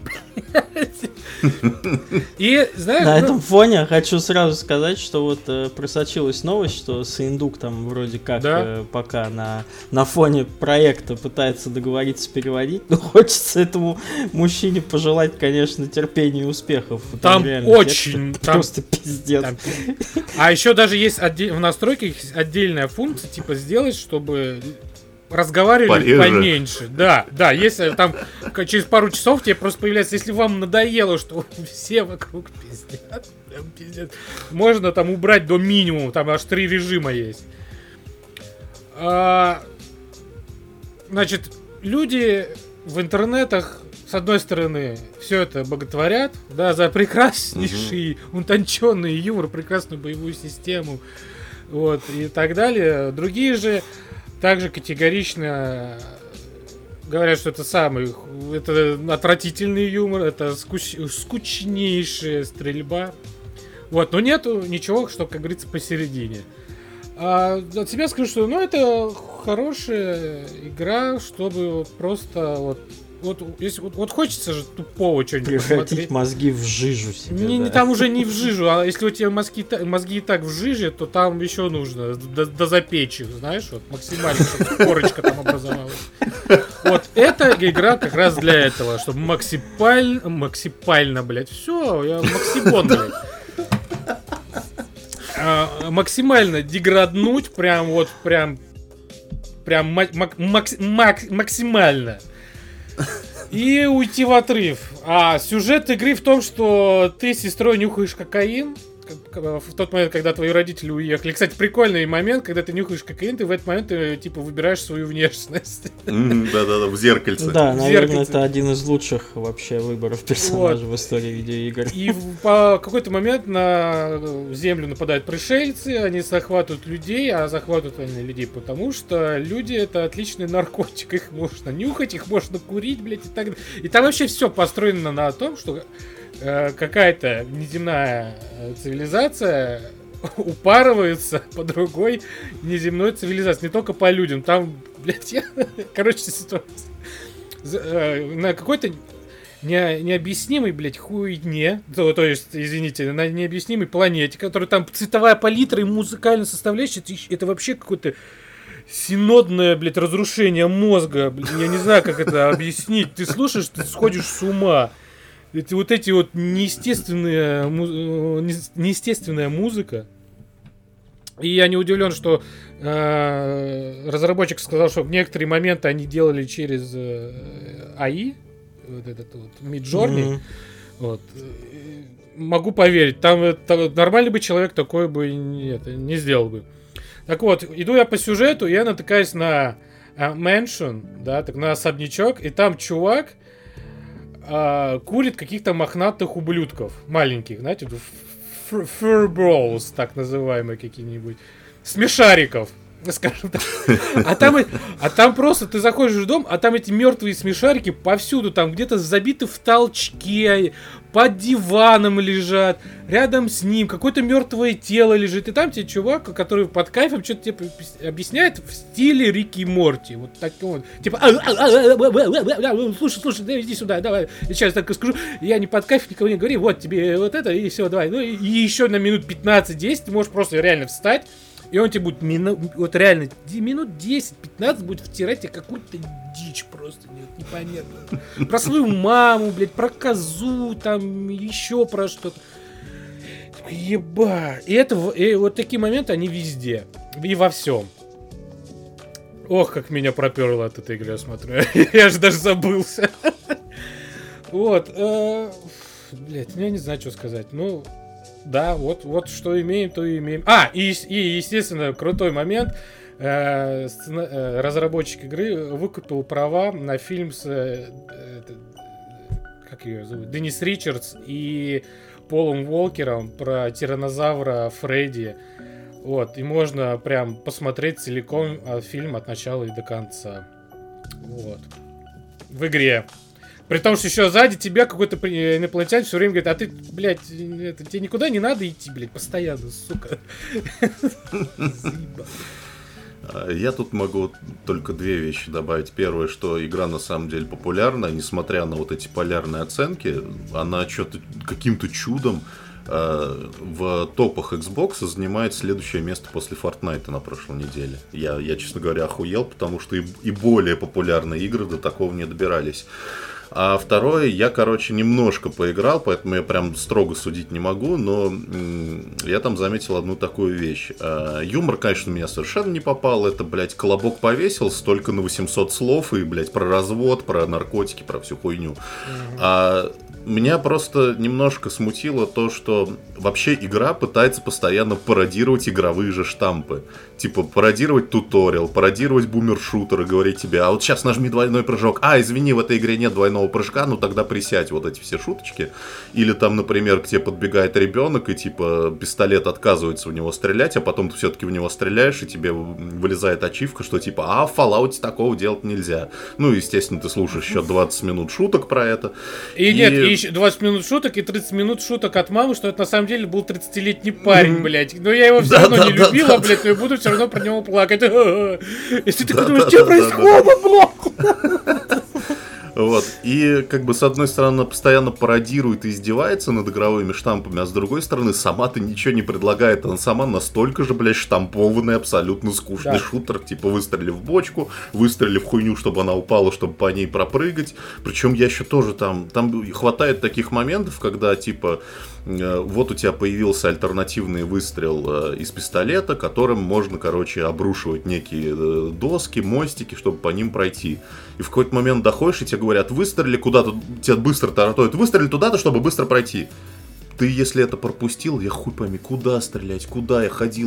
И, знаешь... На этом фоне хочу сразу сказать, что вот просочилась новость, что Сыендук там вроде как пока на фоне проекта пытается договориться переводить. Но хочется этому мужчине пожелать, конечно, терпения и успехов. Там очень... Просто пиздец. А еще даже есть в настройках отдельная функция, типа сделать, чтобы разговаривали поменьше. Да, если там через пару часов тебе просто появляется, если вам надоело, что все вокруг пиздят, можно там убрать до минимума, там аж 3 режима есть. Значит, люди в интернетах, с одной стороны, все это боготворят, да, за прекраснейший, утонченный юмор, прекрасную боевую систему, вот, и так далее. Другие же также категорично говорят, что это отвратительный юмор, это скучнейшая стрельба. Вот, но нету ничего, что, как говорится, посередине. А от себя скажу, что, это хорошая игра, чтобы просто если хочется же тупого что-нибудь превратить мозги в жижу себе. Там уже не в жижу, а если у тебя мозги и так в жиже, то там еще нужно запечь их, знаешь, вот максимально, чтобы корочка там образовалась. Вот эта игра как раз для этого, чтобы максимально, блядь, все, я максимон, блядь. Максимально деграднуть, прям максимально. И уйти в отрыв. А сюжет игры в том, что ты с сестрой нюхаешь кокаин в тот момент, когда твои родители уехали. Кстати, прикольный момент, когда ты нюхаешь кокаин, ты в этот момент типа выбираешь свою внешность. Да-да-да, в зеркальце. Да, наверное, это один из лучших вообще выборов персонажей в истории видеоигр. И в какой-то момент на Землю нападают пришельцы, они захватывают людей, а захватывают они людей потому, что люди — это отличный наркотик. Их можно нюхать, их можно курить, блядь, и так далее. И там вообще все построено на том, что какая-то неземная цивилизация упарывается по другой неземной цивилизации. Не только по людям. Там, блядь, ситуация. На какой-то необъяснимой, блядь, хуйне. То есть, извините, на необъяснимой планете, которая там цветовая палитра и музыкальная составляющая. Это вообще какое-то синодное, блядь, разрушение мозга. Блядь, я не знаю, как это объяснить. Ты слушаешь, ты сходишь с ума. Это вот эти вот неестественная музыка. И я не удивлен, что разработчик сказал, что в некоторые моменты они делали через AI, вот этот вот Midjourney. Вот. Могу поверить, там нормальный бы человек такой бы не сделал бы. Так вот, иду я по сюжету, я натыкаюсь на mansion, да, так на особнячок, и там чувак курит каких-то мохнатых ублюдков, маленьких, знаете, furballs, так называемые какие-нибудь, смешариков, скажем так. А там просто ты заходишь в дом, а там эти мертвые смешарики повсюду, там где-то забиты в толчке, под диваном лежат, рядом с ним какое-то мертвое тело лежит, и там тебе чувак, который под кайфом что-то тебе объясняет в стиле Рики и Морти, вот такой вот, типа, слушай, да, иди сюда, давай, я сейчас так скажу, я не под кайф, никого не говори, вот тебе вот это, и все, давай, ну и еще на минут 15-10 ты можешь просто реально встать И он тебе будет вот реально минут 10-15 будет втирать тебе какую-то дичь просто непонятную. Про свою маму, блядь, про козу, там, еще про что-то. Еба. И вот такие моменты, они везде. И во всем. Ох, как меня проперло от этой игры, я смотрю. Я же даже забылся. Вот. Блять, я не знаю, что сказать. Ну, да, вот что имеем, то и имеем. И естественно, крутой момент. Разработчик игры выкупил права на фильм с... как ее зовут? Деннис Ричардс и Полом Уокером про тираннозавра Фредди. Вот, и можно прям посмотреть целиком фильм от начала и до конца. Вот. В игре. При том, что еще сзади тебя какой-то инопланетянин все время говорит, а ты, блядь, тебе никуда не надо идти, блядь, постоянно, сука. Я тут могу только две вещи добавить. Первое, что игра на самом деле популярна, несмотря на вот эти полярные оценки, она что-то каким-то чудом в топах Xbox занимает следующее место после Fortnite на прошлой неделе. Я, честно говоря, охуел, потому что и более популярные игры до такого не добирались. А второе, я, немножко поиграл, поэтому я прям строго судить не могу, но я там заметил одну такую вещь. Юмор, конечно, меня совершенно не попал. Это, блядь, колобок повесился только на 800 слов и, блядь, про развод, про наркотики, про всю хуйню. Меня просто немножко смутило то, что вообще игра пытается постоянно пародировать игровые же штампы. Типа пародировать туториал, пародировать бумершутер и говорить тебе, а вот сейчас нажми двойной прыжок, извини, в этой игре нет двойного прыжка, ну тогда присядь, вот эти все шуточки. Или там, например, к тебе подбегает ребенок и типа пистолет отказывается в него стрелять, а потом ты все-таки в него стреляешь и тебе вылезает ачивка, что типа, в Fallout такого делать нельзя. Ну, естественно, ты слушаешь еще 20 минут шуток про это. И 20 минут шуток и 30 минут шуток от мамы, что это на самом деле был 30-летний парень, блядь. Но я его все равно не любила, блядь, но я буду все равно про него плакать. Если ты думаешь, что происходит, блядь? Вот. И, с одной стороны, она постоянно пародирует и издевается над игровыми штампами, а с другой стороны, сама-то ничего не предлагает. Она сама настолько же, блядь, штампованный, абсолютно скучный шутер. Типа, выстрели в бочку, выстрели в хуйню, чтобы она упала, чтобы по ней пропрыгать. Причем я еще тоже там хватает таких моментов, когда, типа, вот у тебя появился альтернативный выстрел из пистолета, которым можно, обрушивать некие доски, мостики, чтобы по ним пройти. И в какой-то момент доходишь, и тебе говорят, выстрели куда-то, тебя быстро таратуют, выстрели туда-то, чтобы быстро пройти. Ты, если это пропустил, я хуй пойми, куда стрелять, куда я ходил.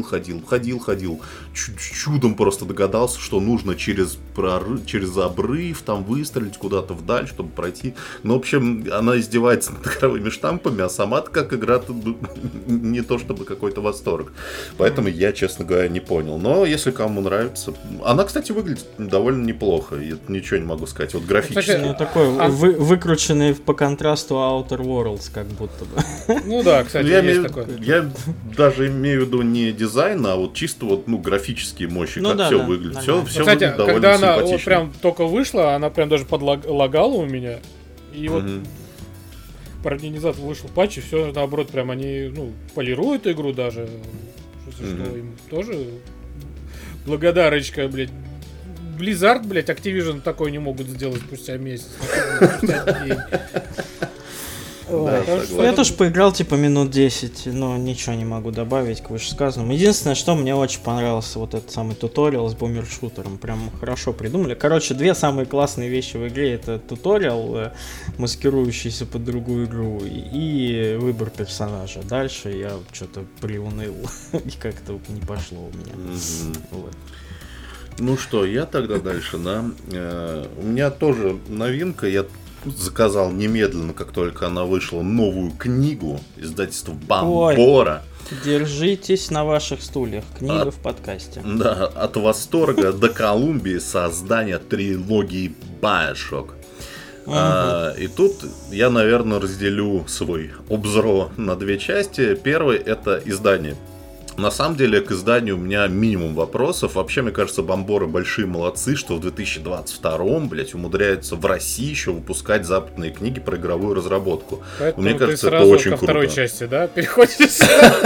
Чудом просто догадался, что нужно через обрыв там выстрелить куда-то вдаль, чтобы пройти. Ну, в общем, она издевается над игровыми штампами, а сама-то как игра-то не то чтобы какой-то восторг. Поэтому я, честно говоря, не понял. Но если кому нравится... Она, кстати, выглядит довольно неплохо. Я ничего не могу сказать. Вот графически. Такой выкрученный по контрасту Outer Worlds, как будто бы. Ну да, кстати, есть такое. Я даже имею в виду не дизайн, а вот чисто графические мощи, как все выглядит. Все кстати, выглядит довольно когда она симпатично. вот прям только вышла, она прям даже подлагала у меня. И вот пару дней назад вышел патч, и все наоборот, прям они полируют игру даже. Что им тоже благодарочка, блядь. Blizzard, блядь, Activision такое не могут сделать спустя месяц. Я тоже поиграл минут 10, но ничего не могу добавить к вышесказанному. Единственное, что мне очень понравился вот этот самый туториал с бумершутером. Прям хорошо придумали. Две самые классные вещи в игре — это туториал, маскирующийся под другую игру, и выбор персонажа. Дальше я что-то приуныл и как-то не пошло у меня. Вот. Ну что, я тогда дальше, да. У меня тоже новинка. Я заказал немедленно, как только она вышла, новую книгу издательства Бомбора. Держитесь на ваших стульях. Книга в подкасте. Да, от восторга до Колумбии, создания трилогии BioShock. И тут я, наверное, разделю свой обзор на две части. Первый — это издание. На самом деле, к изданию у меня минимум вопросов. Вообще, мне кажется, бомборы большие молодцы, что в 2022-м, блядь, умудряются в России еще выпускать западные книги про игровую разработку. Поэтому мне кажется, ты это сразу очень ко круто. второй части, да, переходишь?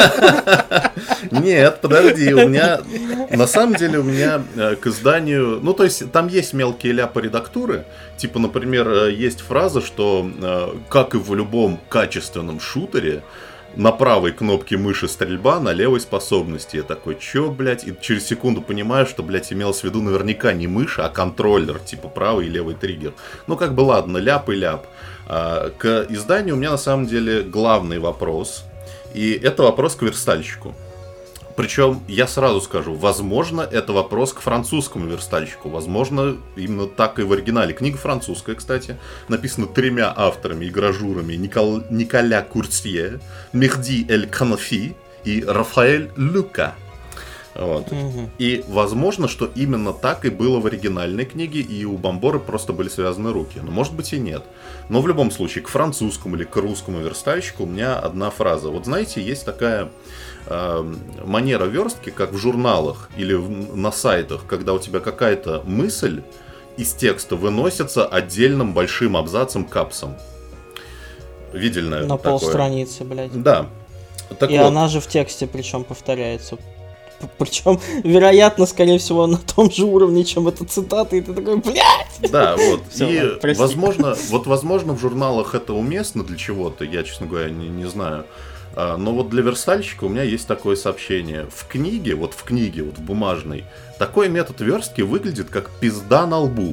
Нет, подожди, у меня... На самом деле, у меня к изданию... Ну, то есть, там есть мелкие ляпы редактуры. Типа, например, есть фраза, что, как и в любом качественном шутере, на правой кнопке мыши стрельба, на левой способности. Я такой, чё, блядь? И через секунду понимаю, что, блядь, имелось в виду наверняка не мышь, а контроллер, типа правый и левый триггер. Ну, как бы ладно, ляп и ляп. К изданию у меня на самом деле главный вопрос. И это вопрос к верстальщику. Причем, я сразу скажу, возможно, это вопрос к французскому верстальщику. Возможно, именно так и в оригинале. Книга французская, кстати. Написана 3 авторами и гражурами. Николя Куртье, Мехди Эль-Канафи и Рафаэль Люка. Вот. И возможно, что именно так и было в оригинальной книге, и у Бомбора просто были связаны руки. Но может быть и нет. Но в любом случае, к французскому или к русскому верстальщику у меня одна фраза. Вот знаете, есть такая манера верстки, как в журналах или на сайтах, когда у тебя какая-то мысль из текста выносится отдельным большим абзацем капсом. Видели, наверное, на такое? полстраницы, блядь. Да. Так и вот. Она же в тексте причем повторяется. Причем, вероятно, скорее всего, на том же уровне, чем эта цитата, и ты такой, блядь! Да, вот. Всё, и, ладно, возможно, в журналах это уместно для чего-то, я, честно говоря, не знаю. Но вот для верстальщика у меня есть такое сообщение. В книге, вот в бумажной, такой метод верстки выглядит как пизда на лбу.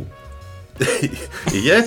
И я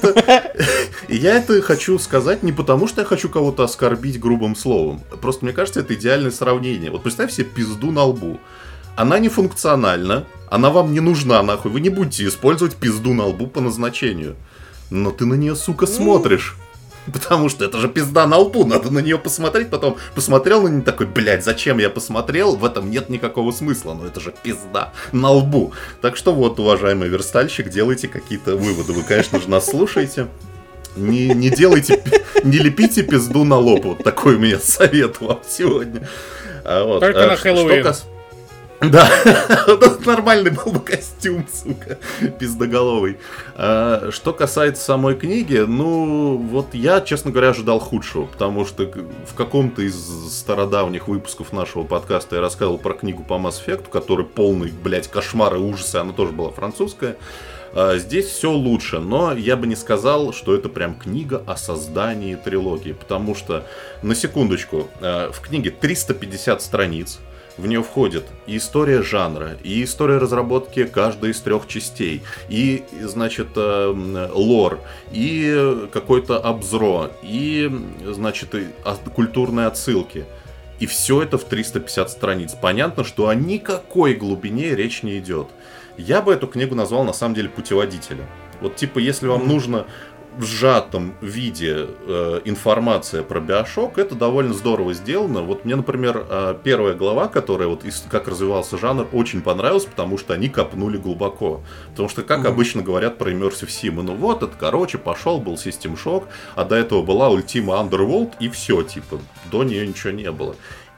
это хочу сказать не потому, что я хочу кого-то оскорбить грубым словом. Просто мне кажется, это идеальное сравнение. Вот представь себе пизду на лбу. Она не функциональна, она вам не нужна нахуй. Вы не будете использовать пизду на лбу по назначению. Но ты на нее, сука, смотришь. Потому что это же пизда на лбу, надо на нее посмотреть, потом посмотрел на нее такой, блядь, зачем я посмотрел, в этом нет никакого смысла, но это же пизда на лбу. Так что вот, уважаемый верстальщик, делайте какие-то выводы, вы, конечно же, нас слушаете, не делайте, не лепите пизду на лоб, вот такой у меня совет вам сегодня. Вот. Только на Хэллоуин. Да, это нормальный был бы костюм, сука, пиздоголовый. Что касается самой книги, ну, вот я, честно говоря, ожидал худшего, потому что в каком-то из стародавних выпусков нашего подкаста я рассказывал про книгу по Mass Effect, который полный, блядь, кошмар и ужасы, она тоже была французская. Здесь все лучше, но я бы не сказал, что это прям книга о создании трилогии, потому что, на секундочку, в книге 350 страниц. В нее входит и история жанра, и история разработки каждой из 3 частей, и, значит, лор, и какой-то обзор, и, значит, культурные отсылки. И все это в 350 страниц. Понятно, что о никакой глубине речь не идет. Я бы эту книгу назвал, на самом деле, путеводителем. Вот, типа, если вам нужно в сжатом виде информация про Биошок, это довольно здорово сделано. Вот мне, например, первая глава, которая вот как развивался жанр, очень понравилась, потому что они копнули глубоко. Потому что, как обычно говорят про Immersive Sim, ну вот, это, короче, пошел, был System Shock, а до этого была Ultima Underworld, и все, типа, до нее ничего не было.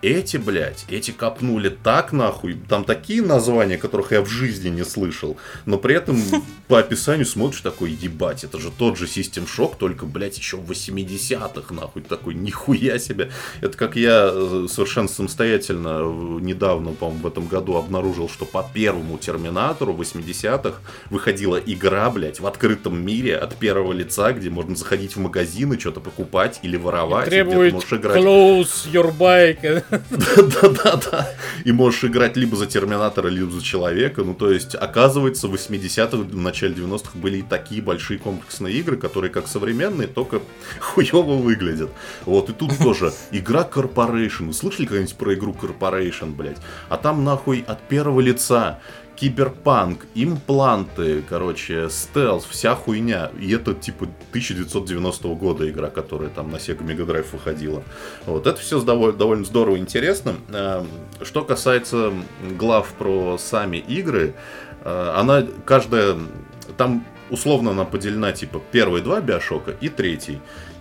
Эти копнули так нахуй, там такие названия, которых я в жизни не слышал, но при этом по описанию смотришь такой, ебать, это же тот же System Shock, только, блядь, еще в 80-х, нахуй, такой, нихуя себе. Это как я совершенно самостоятельно недавно, по-моему, в этом году обнаружил, что по первому Терминатору в 80-х выходила игра, блядь, в открытом мире от первого лица, где можно заходить в магазины, что-то покупать или воровать. Требует close your bike. Да. И можешь играть либо за Терминатора, либо за Человека. Ну, то есть, оказывается, в 80-х, в начале 90-х были и такие большие комплексные игры, которые как современные, только хуёво выглядят. Вот, и тут тоже игра Corporation. Вы слышали когда-нибудь про игру Corporation, блядь? А там, нахуй, от первого лица киберпанк, импланты, короче, стелс, вся хуйня. И это типа 1990 года игра, которая там на Sega Mega Drive выходила. Вот, это все довольно здорово и интересно. Что касается глав про сами игры, она каждая, там условно она поделена типа первые 2 Биошока и 3.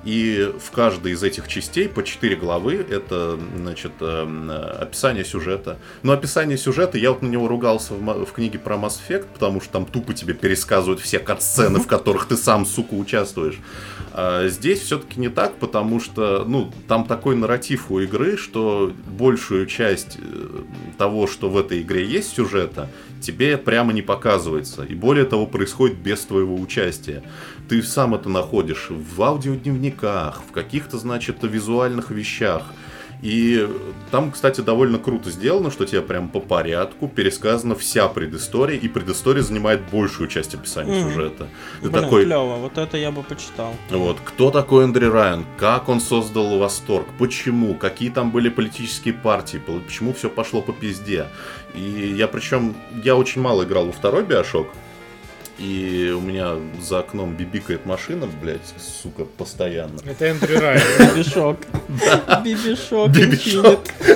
И в каждой из этих частей по 4 главы это, значит, описание сюжета. Но описание сюжета, я вот на него ругался в книге про Mass Effect, потому что там тупо тебе пересказывают все катсцены, в которых ты сам, сука, участвуешь. А здесь все-таки не так, потому что, ну, там такой нарратив у игры, что большую часть того, что в этой игре есть сюжета, тебе прямо не показывается. И более того, происходит без твоего участия. Ты сам это находишь в аудиодневниках, в каких-то, значит, визуальных вещах. И там, кстати, довольно круто сделано, что тебе прям по порядку пересказана вся предыстория, и предыстория занимает большую часть описания сюжета. Блин, такой... клево, вот это я бы почитал. Вот, кто такой Эндрю Райан, как он создал Восторг, почему, какие там были политические партии, почему все пошло по пизде. И я очень мало играл во второй Биошок, и у меня за окном бибикает машина, блядь, сука, постоянно. Это Эндрю Райан. Бибишок. Бибишок. Бибишок.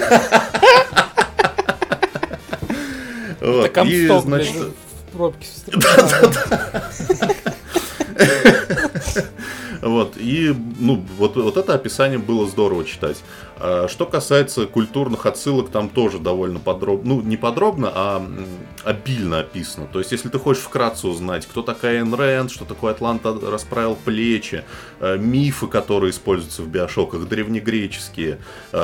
Это Комсток, блядь, в пробке встречал. Вот, и, ну, вот это описание было здорово читать. Что касается культурных отсылок, там тоже довольно подробно, ну, не подробно, а обильно описано. То есть, если ты хочешь вкратце узнать, кто такая Айн Рэнд, что такое Атланта расправил плечи, мифы, которые используются в Биошоках, древнегреческие,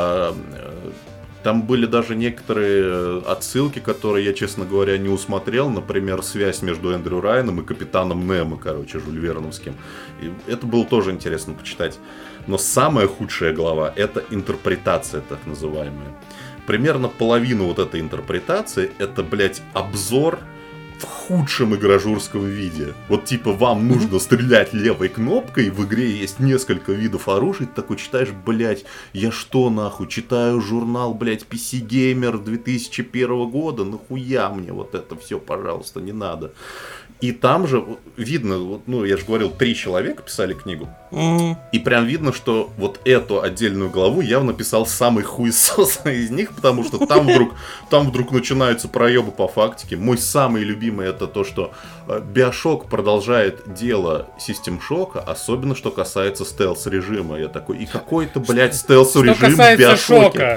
там были даже некоторые отсылки, которые я, честно говоря, не усмотрел. Например, связь между Эндрю Райаном и Капитаном Немо, короче, Жюль Верновским. И это было тоже интересно почитать. Но самая худшая глава — это интерпретация, так называемая. Примерно половину вот этой интерпретации — это, блядь, обзор в худшем игражурском виде. Вот типа вам нужно стрелять левой кнопкой, в игре есть несколько видов оружия, ты такой читаешь, блять, я что нахуй, читаю журнал, блять, PC Gamer 2001 года, нахуя мне вот это все, пожалуйста, не надо. И там же видно, ну я же говорил, 3 человека писали книгу, и прям видно, что вот эту отдельную главу явно писал самый хуесосный из них, потому что там вдруг начинаются проебы по фактике. Мой самый любимый — это то, что Биошок продолжает дело System Shock, особенно что касается стелс-режима. Я такой, и какой-то, блядь, стелс-режим в Биошоке.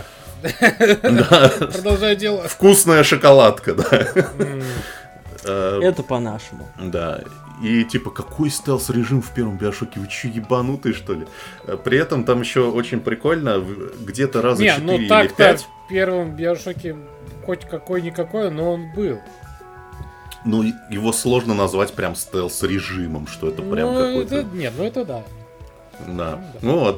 Продолжаю дело. Вкусная шоколадка, да. Это по-нашему. Да. И типа, какой стелс-режим в первом Биошоке? Вы че, ебанутые, что ли? При этом там еще очень прикольно, где-то раза 4 или 5. В первом Биошоке хоть какой-никакой, но он был. Ну, его сложно назвать прям стелс-режимом, что это прям какой-то... Нет, ну это да. Да. Ну вот.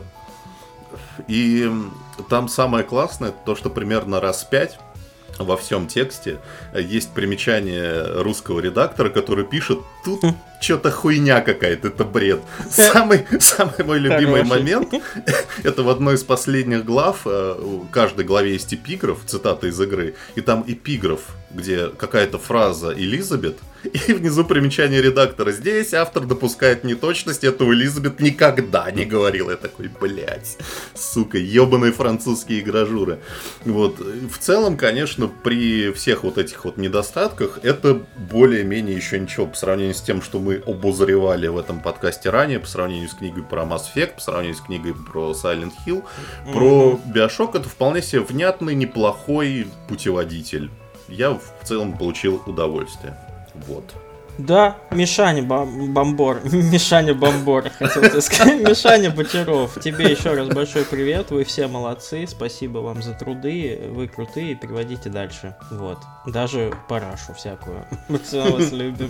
И там самое классное, то, что примерно раз 5 во всем тексте есть примечание русского редактора, который пишет: тут что-то хуйня какая-то, это бред. Самый мой любимый момент — это в одной из последних глав, в каждой главе есть эпиграф, цитата из игры, и там эпиграф, где какая-то фраза Элизабет, и внизу примечание редактора: здесь автор допускает неточность, этого Элизабет никогда не говорил. Я такой, блять, сука, ебаные французские игражуры. Вот. В целом, конечно, при всех вот этих вот недостатках, это более-менее еще ничего по сравнению с тем, что мы обозревали в этом подкасте ранее, по сравнению с книгой про Mass Effect, по сравнению с книгой про Silent Hill. Про Bioshock это вполне себе внятный, неплохой путеводитель. Я в целом получил удовольствие. Вот. Да, Мишаня Бомбор, Мишаня Бомбор, хотел тебе сказать, Мишаня Ботеров, тебе еще раз большой привет, вы все молодцы, спасибо вам за труды, вы крутые, переводите дальше, вот, даже парашу всякую, мы все вас любим.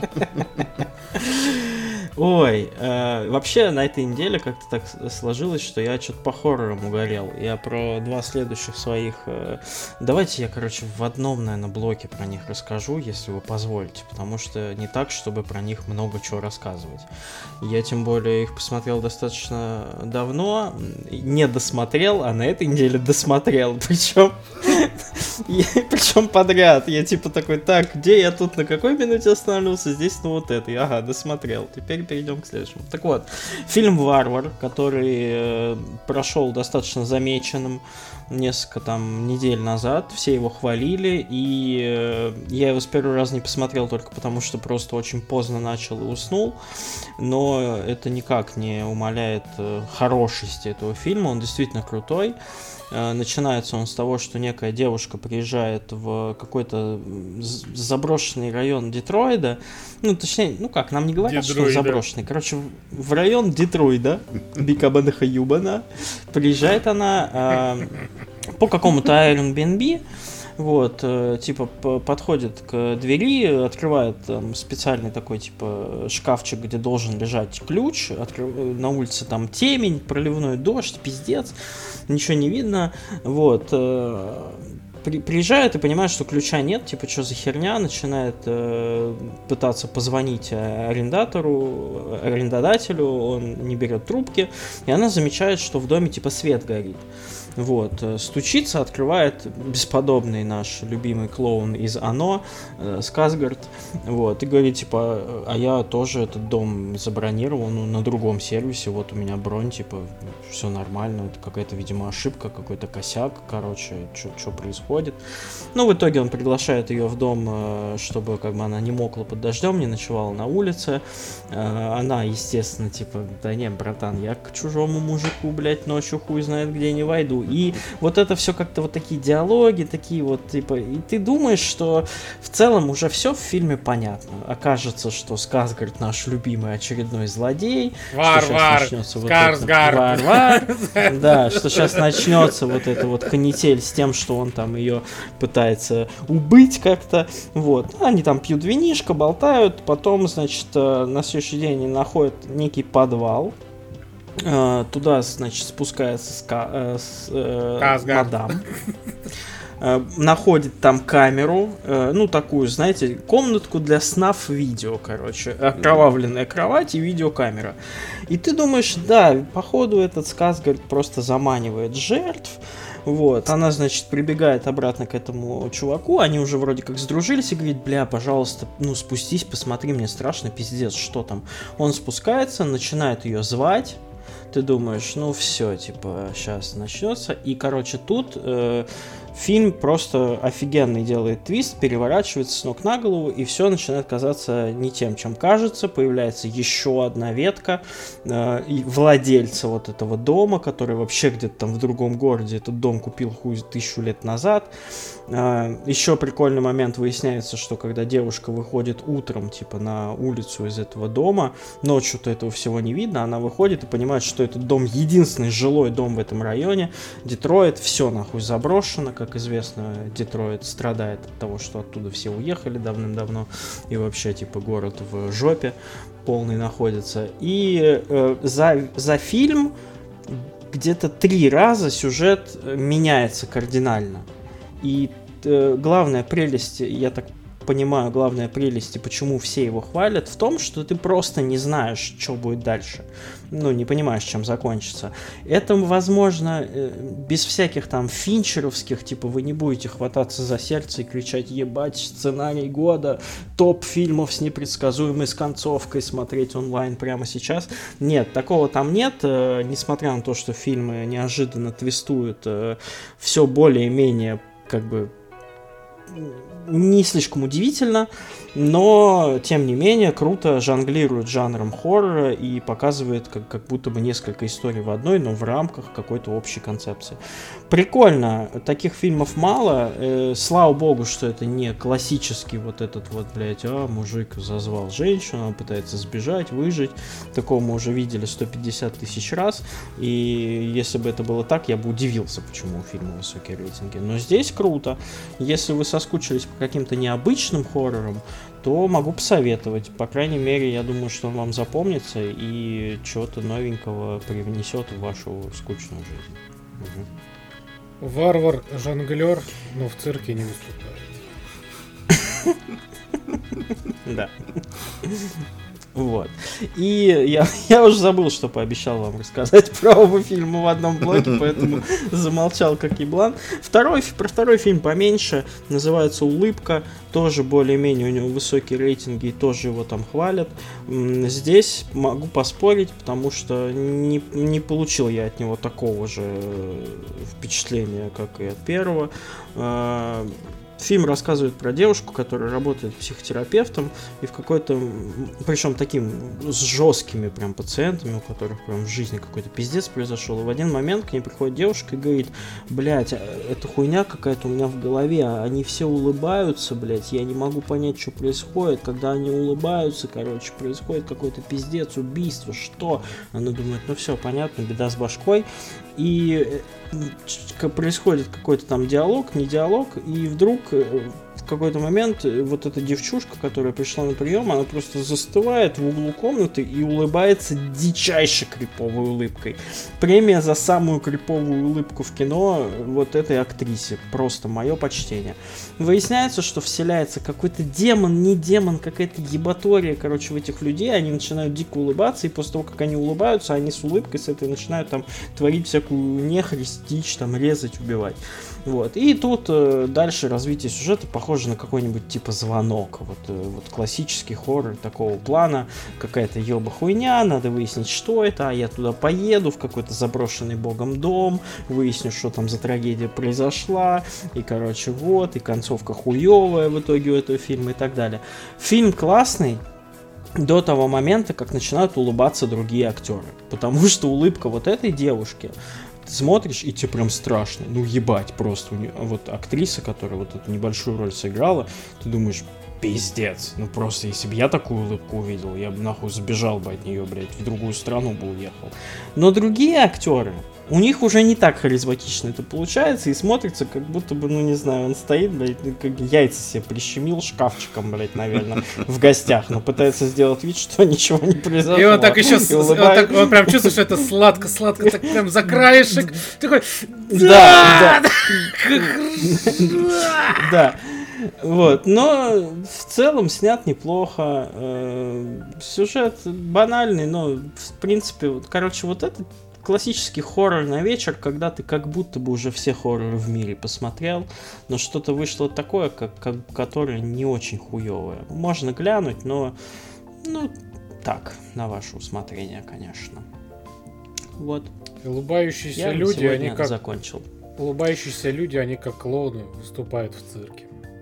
Ой, вообще на этой неделе как-то так сложилось, что я что-то по хоррорам угорел. Я про 2 следующих своих... Давайте я, короче, в одном, наверное, блоке про них расскажу, если вы позволите. Потому что не так, чтобы про них много чего рассказывать. Я, тем более, их посмотрел достаточно давно. Не досмотрел, а на этой неделе досмотрел. Причем И причем подряд. Я типа такой, так, где я тут на какой минуте остановился? Здесь на вот этой. Ага, досмотрел. Теперь перейдем к следующему. Так вот, фильм «Варвар», который прошел достаточно замеченным несколько там недель назад, все его хвалили, и я его с первого раза не посмотрел только потому, что просто очень поздно начал и уснул, но это никак не умаляет хорошести этого фильма, он действительно крутой. Начинается он с того, что некая девушка приезжает в какой-то заброшенный район Детройда. Ну, точнее, ну как, нам не говорят, что заброшенный. Короче, в район Детройда, Бикабанаха Юбана, приезжает она по какому-то Airbnb. Вот, типа, подходит к двери, открывает там специальный такой, типа, шкафчик, где должен лежать ключ, на улице там темень, проливной дождь, пиздец, ничего не видно, вот, приезжает и понимает, что ключа нет, типа, что за херня, начинает пытаться позвонить арендодателю, он не берет трубки, и она замечает, что в доме, типа, свет горит. Вот, стучится, открывает бесподобный наш любимый клоун из «Оно», Сказгард, вот, и говорит, типа, а я тоже этот дом забронировал, ну, на другом сервисе, вот у меня бронь, типа, все нормально, это какая-то, видимо, ошибка, какой-то косяк, короче, что происходит. Ну, в итоге он приглашает ее в дом, чтобы, как бы, она не мокла под дождем, не ночевала на улице, она, естественно, типа, да не, братан, я к чужому мужику, блядь, ночью хуй знает где не войду. И вот это все как-то вот такие диалоги, такие вот, типа, и ты думаешь, что в целом уже все в фильме понятно. Окажется, что Сказгард наш любимый очередной злодей. Варвар, Варвар. Да, что сейчас начнется вот эта вот канитель с тем, что он там ее пытается убыть как-то. Вот. Они там пьют винишко, болтают, потом, значит, на следующий день они находят некий подвал. Туда, значит, спускается мадам, находит там камеру, ну, такую, знаете, комнатку для снаф-видео, короче, окровавленная кровать и видеокамера. И ты думаешь, да, походу этот Сказгард просто заманивает жертв. Вот, она, значит, прибегает обратно к этому чуваку, они уже вроде как сдружились и говорит, бля, пожалуйста, ну, спустись, посмотри, мне страшно, пиздец, что там. Он спускается, начинает ее звать. Ты думаешь, ну все, типа, сейчас начнется. И, короче, тут фильм просто офигенный делает твист, переворачивается с ног на голову, и все начинает казаться не тем, чем кажется. Появляется еще одна ветка и владельца вот этого дома, который вообще где-то там в другом городе этот дом купил хуй 1000 лет назад. Еще прикольный момент, выясняется, что когда девушка выходит утром, типа, на улицу из этого дома, ночью-то этого всего не видно, она выходит и понимает, что этот дом единственный жилой дом в этом районе. Детройт, все нахуй заброшено, как известно, Детройт страдает от того, что оттуда все уехали давным-давно, и вообще, типа, город в жопе полный находится. И за фильм где-то 3 раза сюжет меняется кардинально. И главная прелесть, я так понимаю, главная прелесть и почему все его хвалят, в том, что ты просто не знаешь, что будет дальше. Ну, не понимаешь, чем закончится. Это, возможно, без всяких там финчеровских, типа, вы не будете хвататься за сердце и кричать, ебать, сценарий года, топ фильмов с непредсказуемой с концовкой смотреть онлайн прямо сейчас. Нет, такого там нет, несмотря на то, что фильмы неожиданно твистуют, все более-менее, как бы, не слишком удивительно, но, тем не менее, круто жонглирует жанром хоррора и показывает как будто бы несколько историй в одной, но в рамках какой-то общей концепции. Прикольно, таких фильмов мало, слава богу, что это не классический вот этот вот, блядь, мужик зазвал женщину, он пытается сбежать, выжить, такого мы уже видели 150 тысяч раз, и если бы это было так, я бы удивился, почему у фильма высокие рейтинги, но здесь круто. Если вы соскучились по каким-то необычным хоррорам, то могу посоветовать. По крайней мере, я думаю, что он вам запомнится и чего-то новенького привнесет в вашу скучную жизнь. Угу. Варвар, жонглер, но в цирке не выступает. Да. Вот. И я уже забыл, что пообещал вам рассказать про оба фильма в одном блоге, поэтому замолчал как еблан. Про второй фильм поменьше, называется «Улыбка», тоже более-менее у него высокие рейтинги, и тоже его там хвалят. Здесь могу поспорить, потому что не получил я от него такого же впечатления, как и от первого. Фильм рассказывает про девушку, которая работает психотерапевтом, и в какой-то, причем таким с жесткими прям пациентами, у которых прям в жизни какой-то пиздец произошел, и в один момент к ней приходит девушка и говорит: блять, это хуйня какая-то у меня в голове, они все улыбаются, блять, я не могу понять, что происходит, когда они улыбаются, короче, происходит какой-то пиздец, убийство, что? Она думает, ну все, понятно, беда с башкой. И происходит какой-то там диалог, не диалог, и вдруг в какой-то момент вот эта девчушка, которая пришла на прием, она просто застывает в углу комнаты и улыбается дичайшей криповой улыбкой. Премия за самую криповую улыбку в кино вот этой актрисе. Просто мое почтение. Выясняется, что вселяется какой-то демон, не демон, какая-то ебатория, короче, в этих людей. Они начинают дико улыбаться, и после того, как они улыбаются, они с улыбкой с этой начинают там творить всякую нехресть, дичь, там резать, убивать. Вот. И тут дальше развитие сюжета похоже на какой-нибудь типа «Звонок». Вот классический хоррор такого плана. Какая-то ёба хуйня, надо выяснить, что это, а я туда поеду, в какой-то заброшенный богом дом, выясню, что там за трагедия произошла, и, короче, вот, и концовка хуёвая в итоге у этого фильма и так далее. Фильм классный до того момента, как начинают улыбаться другие актеры. Потому что улыбка вот этой девушки, ты смотришь, и тебе прям страшно. Ну, ебать, просто. Вот актриса, которая вот эту небольшую роль сыграла, ты думаешь, пиздец. Ну, просто, если бы я такую улыбку увидел, я бы нахуй сбежал бы от нее, блядь, в другую страну бы уехал. Но другие актеры, у них уже не так харизматично это получается, и смотрится, как будто бы, ну, не знаю, он стоит, блядь, как яйца себе прищемил шкафчиком, блядь, наверное, в гостях, но пытается сделать вид, что ничего не произошло. И он так еще, он прям чувствует, что это сладко-сладко, так прям за краешек, такой... Да. Да. Вот, но в целом снят неплохо. Сюжет банальный, но в принципе, вот, короче, вот это классический хоррор на вечер, когда ты как будто бы уже все хорроры в мире посмотрел, но что-то вышло такое, которое не очень хуевое. Можно глянуть, но ну так, на ваше усмотрение, конечно. Вот. Улыбающиеся люди, они как закончил. Улыбающиеся люди, они как клоуны выступают в цирке.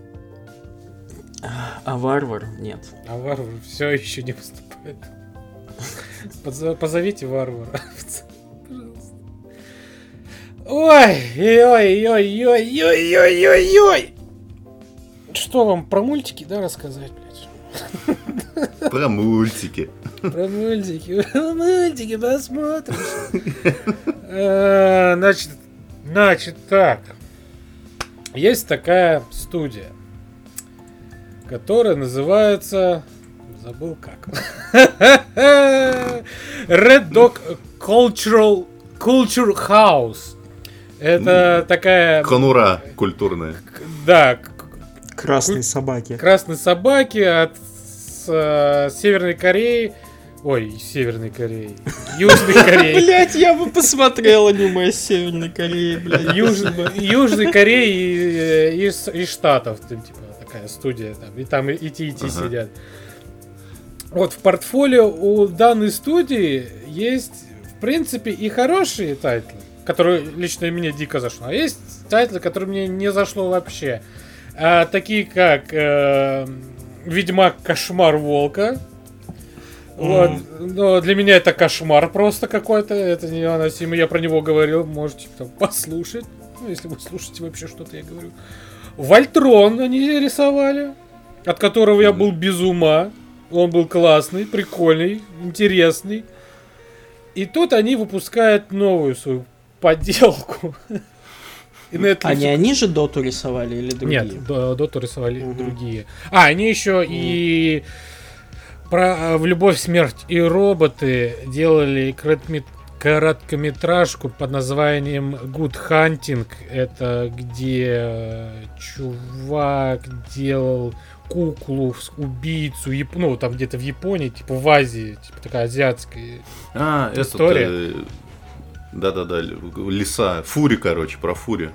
А варвар нет. А варвар все еще не выступает. Позовите варвара. Пожалуйста. Ой. Что вам про мультики, да, рассказать, блядь? Про мультики. Про мультики посмотрим. Значит так. Есть такая студия, которая называется... Забыл как. Red Dog Culture House. Это такая... Конура культурная. Да. Красные собаки. Красные собаки от Северной Кореи. Ой, Северной Кореи. Южной Кореи. Блять, я бы посмотрел аниме с Северной Кореи, блядь. Южной Кореи и Штатов. Типа такая студия. И там и сидят. Вот в портфолио у данной студии есть, в принципе, и хорошие тайтлы, которые лично мне дико зашло. А есть тайтлы, которые мне не зашло вообще. Такие как Ведьмак Кошмар Волка. Вот. Но для меня это кошмар просто какой-то. Это невыносимо. Я про него говорил. Можете там послушать. Ну, если вы слушаете вообще что-то я говорю. Вольтрон они рисовали, от которого я был без ума. Он был классный, прикольный, интересный. И тут они выпускают новую свою подделку. А не они же Доту рисовали или другие? Нет, Доту рисовали другие. Они еще и про «В любовь, смерть и роботы» делали короткометражку под названием Good Hunting. Это где чувак делал куклу, убийцу, ну, там где-то в Японии, типа в Азии, типа такая азиатская история. Да-да-да, лиса. Фури, короче, про Фури.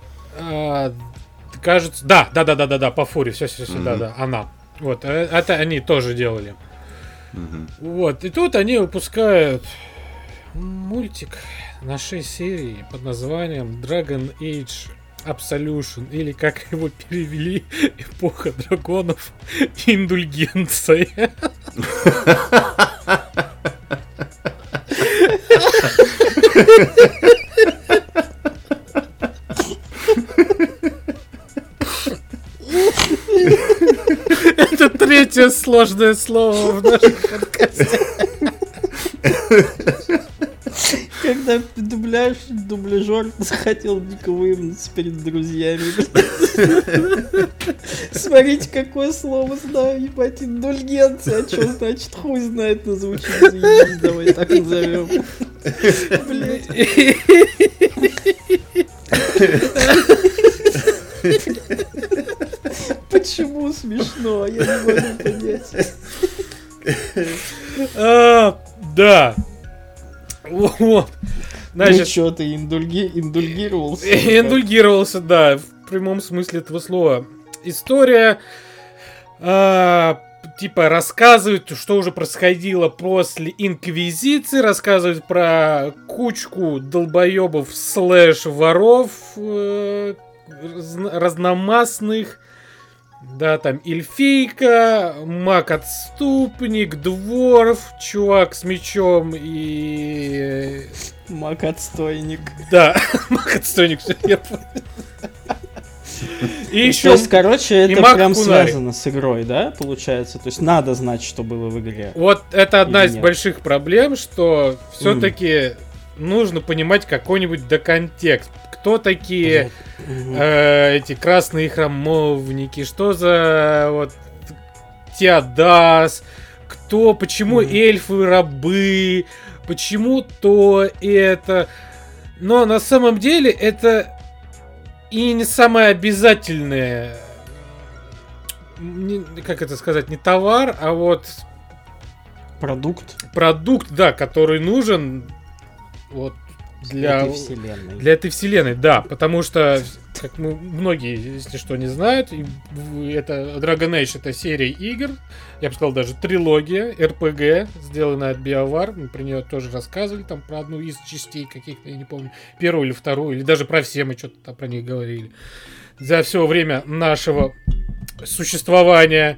Кажется, да, по Фури, все, да, она. Вот, это они тоже делали. Вот, и тут они выпускают мультик на 6 серий под названием Dragon Age Absolution, или как его перевели, эпоха драконов, индульгенция. Это третье сложное слово в нашем подкасте. Когда дубляжер захотел дико выебнуться перед друзьями. Смотрите, какое слово знаю, ебать, индульгенция. А что значит, хуй знает, но звучит, заебись, давай так назовем. Блять. Почему смешно? Я не могу понять. Да. Вот. Значит, ну что, ты индульгировался? Индульгировался, да, в прямом смысле этого слова. История типа рассказывает, что уже происходило после Инквизиции, рассказывает про кучку долбоебов / воров разномастных. Да, там эльфийка, маг-отступник, дворф, чувак с мечом и... Маг-отстойник. Да, маг-отстойник, все я понял. И еще, то есть, короче, это прям связано с игрой, да, получается? То есть надо знать, что было в игре. Вот это одна из больших проблем, что все-таки нужно понимать какой-нибудь доконтекст. Кто такие эти красные храмовники? Что за вот Теодас? Кто? Почему эльфы рабы? Почему то это? Но на самом деле это и не самое обязательное, как это сказать, не товар, а вот продукт, да, который нужен вот для этой вселенной, да, потому что, как многие, если что, не знают, это Dragon Age, это серия игр, я бы сказал, даже трилогия, RPG, сделанная от BioWare, мы про нее тоже рассказывали, там про одну из частей каких-то, я не помню, первую или вторую, или даже про все мы что-то там про них говорили. За все время нашего существования.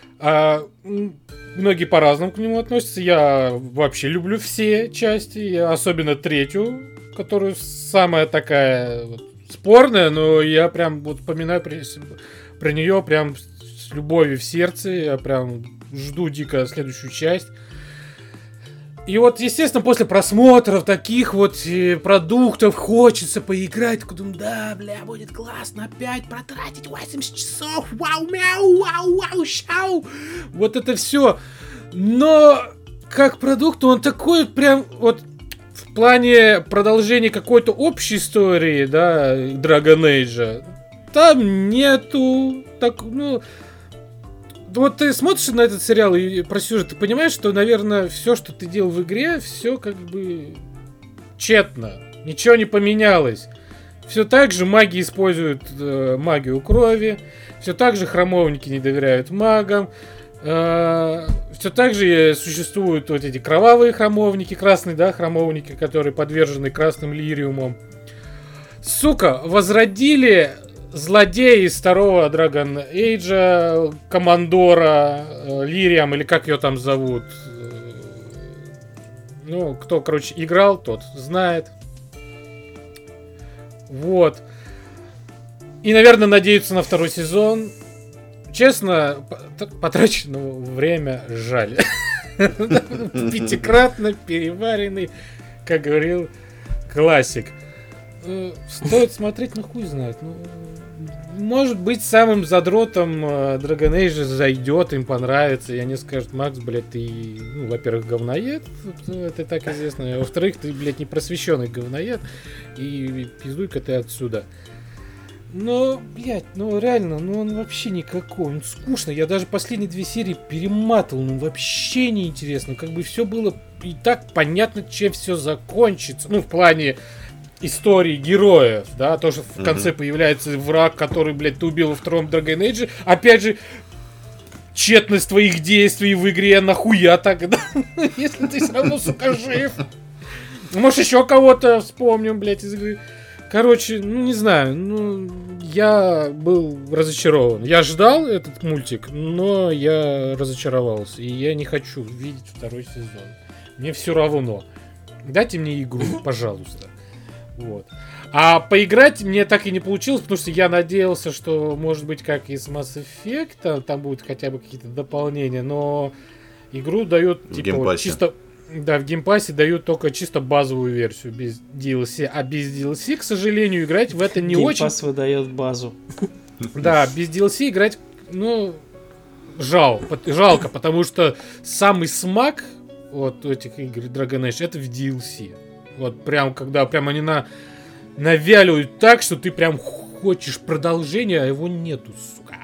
Многие по-разному к нему относятся. Я вообще люблю все части, особенно третью, которая самая такая вот спорная, но я прям вот вспоминаю про нее прям с любовью в сердце. Я прям жду дико следующую часть. И вот, естественно, после просмотров таких вот продуктов хочется поиграть. Думаю, да, бля, будет классно опять протратить 80 часов. Вау, мяу, вау, вау, шау. Вот это все. Но как продукт он такой прям вот в плане продолжения какой-то общей истории, да, Dragon Age. Там нету так, ну... Вот ты смотришь на этот сериал и про сюжет, ты понимаешь, что, наверное, все, что ты делал в игре, все как бы тщетно. Ничего не поменялось. Все так же маги используют магию крови. Все так же храмовники не доверяют магам. Все так же существуют вот эти кровавые храмовники, красные, да, храмовники, которые подвержены красным лириумам. Сука, возродили... злодеи из второго Dragon Age, командора, Лириам, или как ее там зовут. Ну, кто, короче, играл, тот знает. Вот. И, наверное, надеются на второй сезон. Честно, потраченного время жаль. Пятикратно переваренный, как говорил классик. Стоит смотреть, ну хуй знает. Ну, может быть, самым задротом Dragon Age зайдет, им понравится, и они скажут: Макс, блядь, ты, ну, во-первых, говноед, это так известно, а во-вторых, ты, блядь, непросвещенный говноед, и пиздуй-ка ты отсюда. Ну, блядь, ну реально, ну он вообще никакой, он скучно. Я даже последние 2 серии перематывал, ну вообще неинтересно. Как бы все было и так понятно, чем все закончится. Ну, в плане истории героев, да, то, что в конце появляется враг, который, блядь, ты убил во втором Dragon Age. Опять же, тщетность твоих действий в игре, нахуя тогда? Если ты все равно, сука, жив. Может, еще кого-то вспомним, блядь, из игры. Короче, ну не знаю, ну я был разочарован. Я ждал этот мультик, но я разочаровался. И я не хочу видеть 2-й сезон. Мне все равно. Дайте мне игру, пожалуйста. Вот. А поиграть мне так и не получилось, потому что я надеялся, что может быть как и с Mass Effect, там будут хотя бы какие-то дополнения, но игру дают типа вот, чисто... Да, в геймпассе дают только чисто базовую версию, без DLC. А без DLC, к сожалению, играть в это не очень... Геймпасс выдает базу. Да, без DLC играть, ну, жалко, потому что самый смак вот этих игр Dragon Age это в DLC. Вот прям, когда прям они навяливают так, что ты прям хочешь продолжения, а его нету, сука.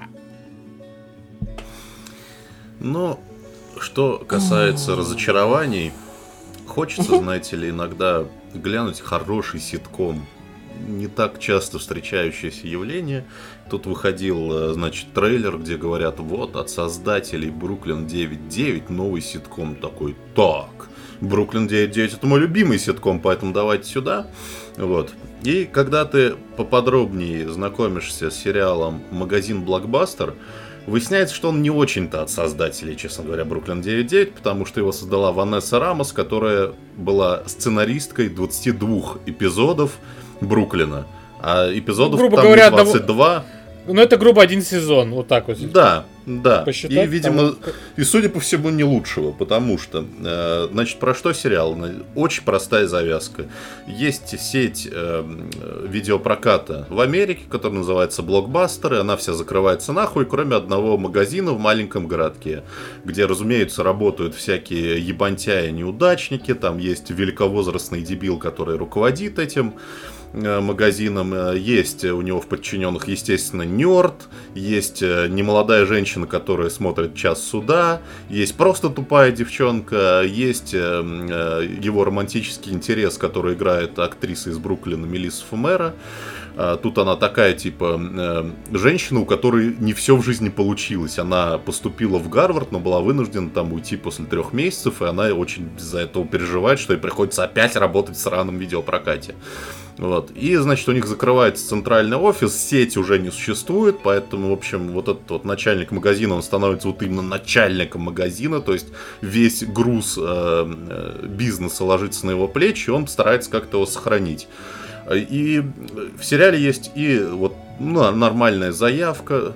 Ну... Что касается разочарований, хочется, знаете ли, иногда глянуть хороший ситком. Не так часто встречающееся явление. Тут выходил, значит, трейлер, где говорят, вот, от создателей Бруклин 9.9 новый ситком. Такой, так, Бруклин 9.9 это мой любимый ситком, поэтому давайте сюда. Вот. И когда ты поподробнее знакомишься с сериалом «Магазин Блокбастер», выясняется, что он не очень-то от создателей, честно говоря, Бруклин 9.9, потому что его создала Ванесса Рамос, которая была сценаристкой 22 эпизодов Бруклина. А эпизодов грубо там говоря, 22... Ну, это, грубо, 1 сезон, вот так вот. Да. Посчитать, и, видимо, и, судя по всему, не лучшего, потому что, значит, про что сериал? Очень простая завязка. Есть сеть видеопроката в Америке, которая называется Блокбастер, и она вся закрывается нахуй, кроме одного магазина в маленьком городке, где, разумеется, работают всякие ебантяи-неудачники, там есть великовозрастный дебил, который руководит этим магазином, есть у него в подчиненных, естественно, нерд, есть немолодая женщина, которая смотрит «Час суда», есть просто тупая девчонка, есть его романтический интерес, который играет актриса из Бруклина Мелисса Фумера. Тут она такая, типа, женщина, у которой не все в жизни получилось. Она поступила в Гарвард, но была вынуждена там уйти после 3 месяцев, и она очень из-за этого переживает, что ей приходится опять работать в сраном видеопрокате. Вот. И, значит, у них закрывается центральный офис, сеть уже не существует, поэтому, в общем, вот этот вот начальник магазина, он становится вот именно начальником магазина, то есть весь груз бизнеса ложится на его плечи, и он старается как-то его сохранить. И в сериале есть и вот нормальная завязка,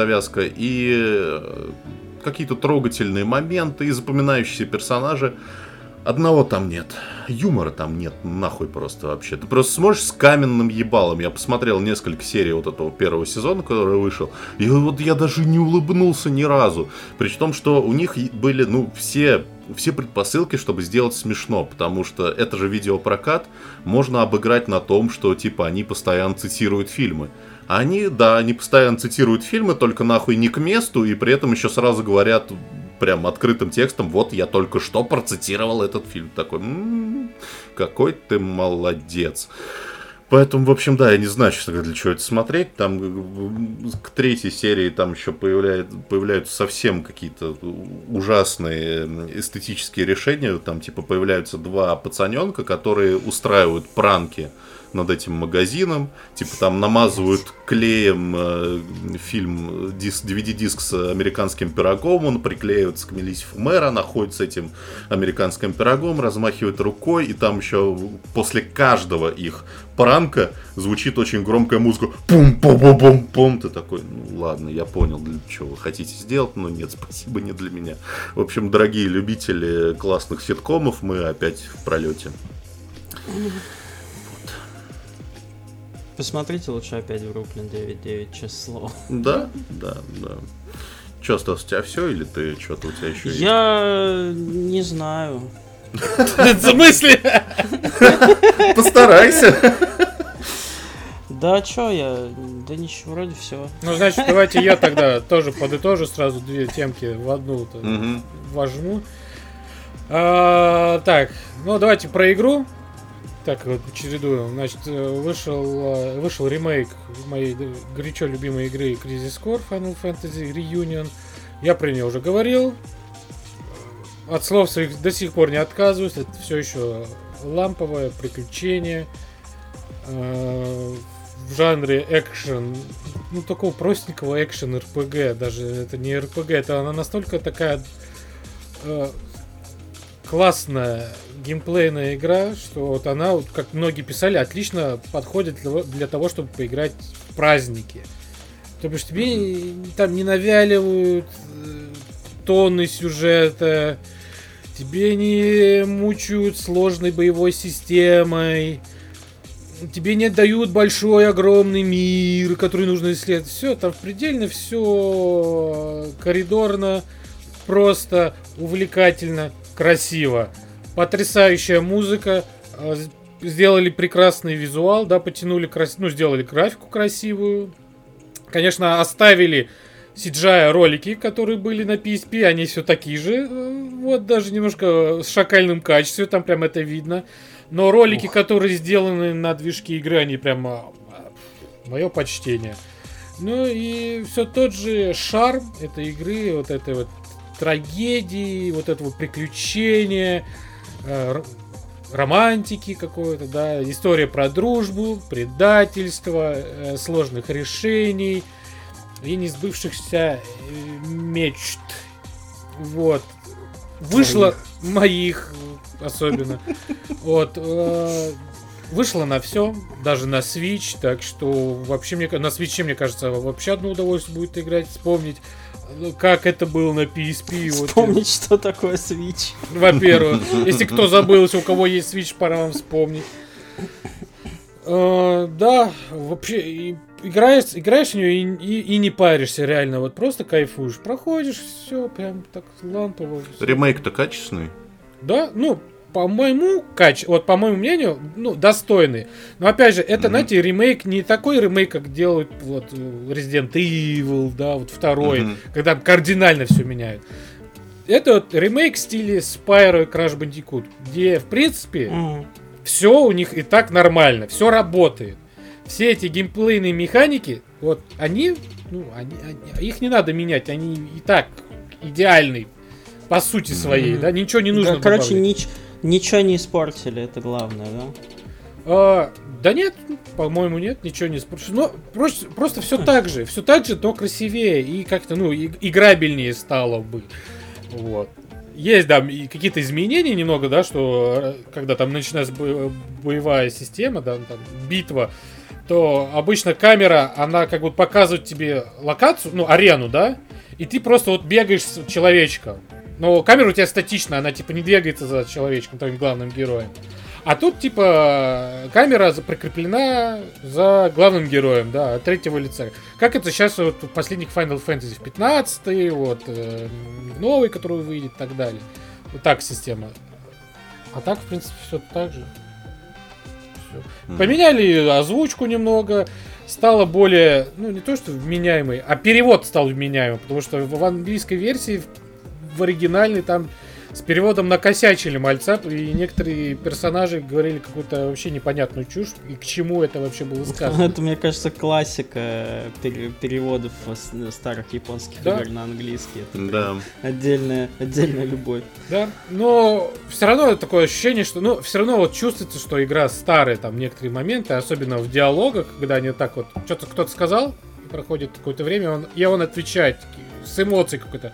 и какие-то трогательные моменты, и запоминающиеся персонажи. Одного там нет. Юмора там нет. Нахуй просто вообще. Ты просто сможешь с каменным ебалом. Я посмотрел несколько серий вот этого 1-го сезона, который вышел. И вот я даже не улыбнулся ни разу. При том, что у них были, все предпосылки, чтобы сделать смешно. Потому что это же видеопрокат. Можно обыграть на том, что типа они постоянно цитируют фильмы. Они постоянно цитируют фильмы, только нахуй не к месту. И при этом еще сразу говорят... прям открытым текстом, вот я только что процитировал этот фильм. Такой, какой ты молодец. Поэтому, в общем, да, я не знаю, честно говоря, для чего это смотреть. Там к 3-й серии там еще появляются совсем какие-то ужасные эстетические решения. Там типа появляются 2 пацаненка, которые устраивают пранки над этим магазином, типа там намазывают клеем DVD-диск с американским пирогом, он приклеивается к Мелиссе Фумера, находит с этим американским пирогом, размахивает рукой, и там еще после каждого их пранка звучит очень громкая музыка, пум-пум-пум-пум-пум, ты такой, ладно, я понял, для чего вы хотите сделать, но нет, спасибо, не для меня. В общем, дорогие любители классных ситкомов, мы опять в пролете. Посмотрите лучше опять Бруклин 9.9, честное слово. Да. Че, Стас, у тебя все или ты что-то у тебя еще есть? Я не знаю. В смысле? Постарайся. Да Да, чё я? Да ничего, вроде все. Ну, значит, давайте я тогда тоже подытожу сразу две темки в одну вожму. Так, ну давайте про игру. Так вот, чередуем. Значит, вышел ремейк моей горячо любимой игры Crisis Core Final Fantasy Reunion. Я про нее уже говорил. От слов своих до сих пор не отказываюсь. Это все еще ламповое приключение в жанре экшен. Ну, такого простенького экшен РПГ. Даже это не РПГ, это она настолько такая классная геймплейная игра, что вот она, вот, как многие писали, отлично подходит для того, чтобы поиграть в праздники. То бишь тебе там не навяливают тонны сюжета, тебе не мучают сложной боевой системой, тебе не дают большой огромный мир, который нужно исследовать. Все, там предельно все коридорно, просто, увлекательно, красиво. Потрясающая музыка, сделали прекрасный визуал, да, потянули, сделали графику красивую. Конечно, оставили CGI ролики, которые были на PSP, они все такие же, вот даже немножко с шакальным качеством, там прям это видно. Но ролики, которые сделаны на движке игры, они прям мое почтение. Ну и все тот же шарм этой игры, вот этой вот трагедии, вот этого приключения, романтики какой-то, да, история про дружбу, предательство, сложных решений и несбывшихся мечт. Вот. Вышло моих особенно. Вот. Вышло на все, даже на Switch, так что вообще на Switch, мне кажется, вообще одно удовольствие будет играть, вспомнить, как это было на PSP. Вспомнить, вот, что такое Switch. Во-первых, если кто забыл, если у кого есть Switch, пора вам вспомнить. Да, вообще, играешь в нее и не паришься, реально, вот просто кайфуешь. Проходишь, все, прям так лампово. Ремейк-то качественный? Да, ну, по моему мнению, достойный. Но опять же, это, знаете, ремейк не такой ремейк, как делают вот Resident Evil, да, вот второй, когда кардинально все меняют. Это вот ремейк в стиле Spyro и Crash Bandicoot, где, в принципе, все у них и так нормально, все работает. Все эти геймплейные механики, вот они их не надо менять, они и так идеальны по сути своей, да, ничего не нужно. Да, короче, ничего не испортили, это главное, да? Да нет, по-моему, нет, ничего не испортили. Но просто все так же, но красивее и как-то, играбельнее стало бы. Вот. Есть, да, и какие-то изменения немного, да, что когда там начинается боевая система, да, там, битва, то обычно камера, она как бы показывает тебе локацию, арену, да, и ты просто вот бегаешь с человечком. Но камера у тебя статичная, она типа не двигается за человечком, твоим главным героем. А тут типа камера прикреплена за главным героем, да, от третьего лица. Как это сейчас вот в последних Final Fantasy, в 15-й, вот, новый, который выйдет и так далее. Вот так система. А так, в принципе, все так же. Всё. Поменяли озвучку немного, стало более, не то что вменяемый, а перевод стал вменяемым, потому что в английской версии в оригинальной там с переводом накосячили мальца, и некоторые персонажи говорили какую-то вообще непонятную чушь, и к чему это вообще было сказано. Это, мне кажется, классика переводов старых японских игр на английский. Это отдельная любовь. Да, но все равно такое ощущение, что, все равно вот чувствуется, что игра старая, там некоторые моменты, особенно в диалогах, когда они так вот, что-то кто-то сказал, и проходит какое-то время, он отвечает с эмоцией какой-то.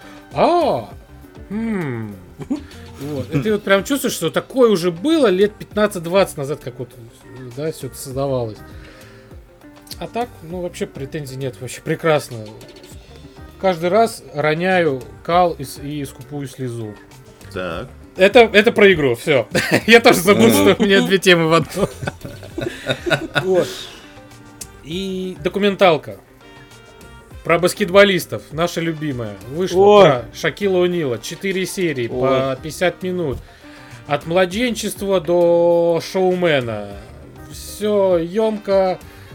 Вот. И ты вот прям чувствуешь, что такое уже было лет 15-20 назад, как вот, да, все это создавалось. А так, вообще претензий нет, вообще прекрасно. Каждый раз роняю кал и скупую слезу. Так. Это про игру, все. Я тоже забыл, что у меня две темы в одну. Вот. И документалка. Про баскетболистов, наша любимая. Вышла про Шакила О'Нила. 4 серии по 50 минут. От младенчества до шоумена. Все емко,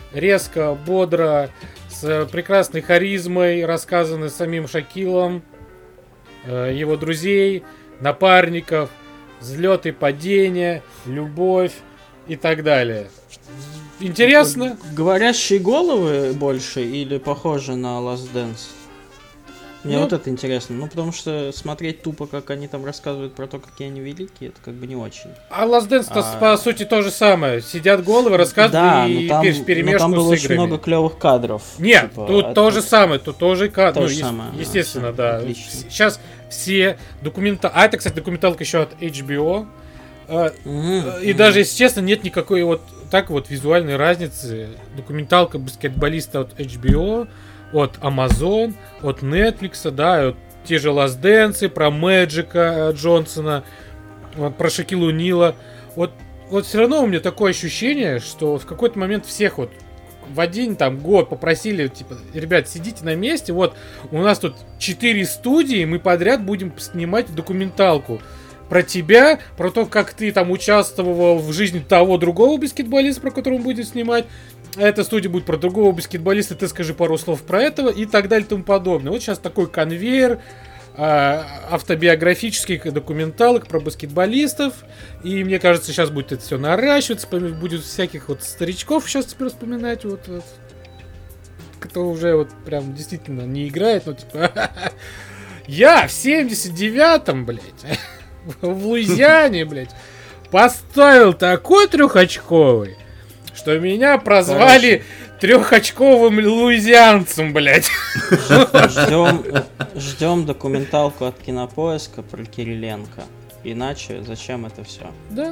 резко, бодро, с прекрасной харизмой, рассказанной самим Шакилом, его друзей, напарников, взлеты, падения, любовь и так далее. Интересно. Говорящие головы больше или похожи на Last Dance? Мне вот это интересно. Ну, потому что смотреть тупо, как они там рассказывают про то, какие они великие, это как бы не очень. А Last Dance-то, по сути, то же самое. Сидят головы, рассказывают, да, и но вперемешку там было с очень играми. много клевых кадров. Нет, типа, тут то же самое, тут тоже кадры. То же самое, Естественно, да. Отлично. Сейчас все документалки... А это, кстати, документалка еще от HBO. И даже, если честно, нет никакой вот так вот визуальной разницы. Документалка баскетболиста от HBO, от Amazon, от Netflix, да, вот те же Last Dance, про Мэджика Джонсона, вот, про Шакилу Нила. Вот все равно у меня такое ощущение, что в какой-то момент всех вот в один там год попросили, типа, ребят, сидите на месте, вот у нас тут 4 студии, мы подряд будем снимать документалку про тебя, про то, как ты там участвовал в жизни того другого баскетболиста, про которого мы будем снимать. Эта студия будет про другого баскетболиста, ты скажи пару слов про этого и так далее и тому подобное. Вот сейчас такой конвейер автобиографических документалок про баскетболистов. И мне кажется, сейчас будет это все наращиваться, будет всяких вот старичков сейчас теперь вспоминать, вот, кто уже вот прям действительно не играет, ну типа я в 79-м, блядь, в Луизиане, блядь, поставил такой трехочковый, что меня прозвали трехочковым луизианцем, блядь. Ждем документалку от Кинопоиска про Кириленко. Иначе зачем это все? Да.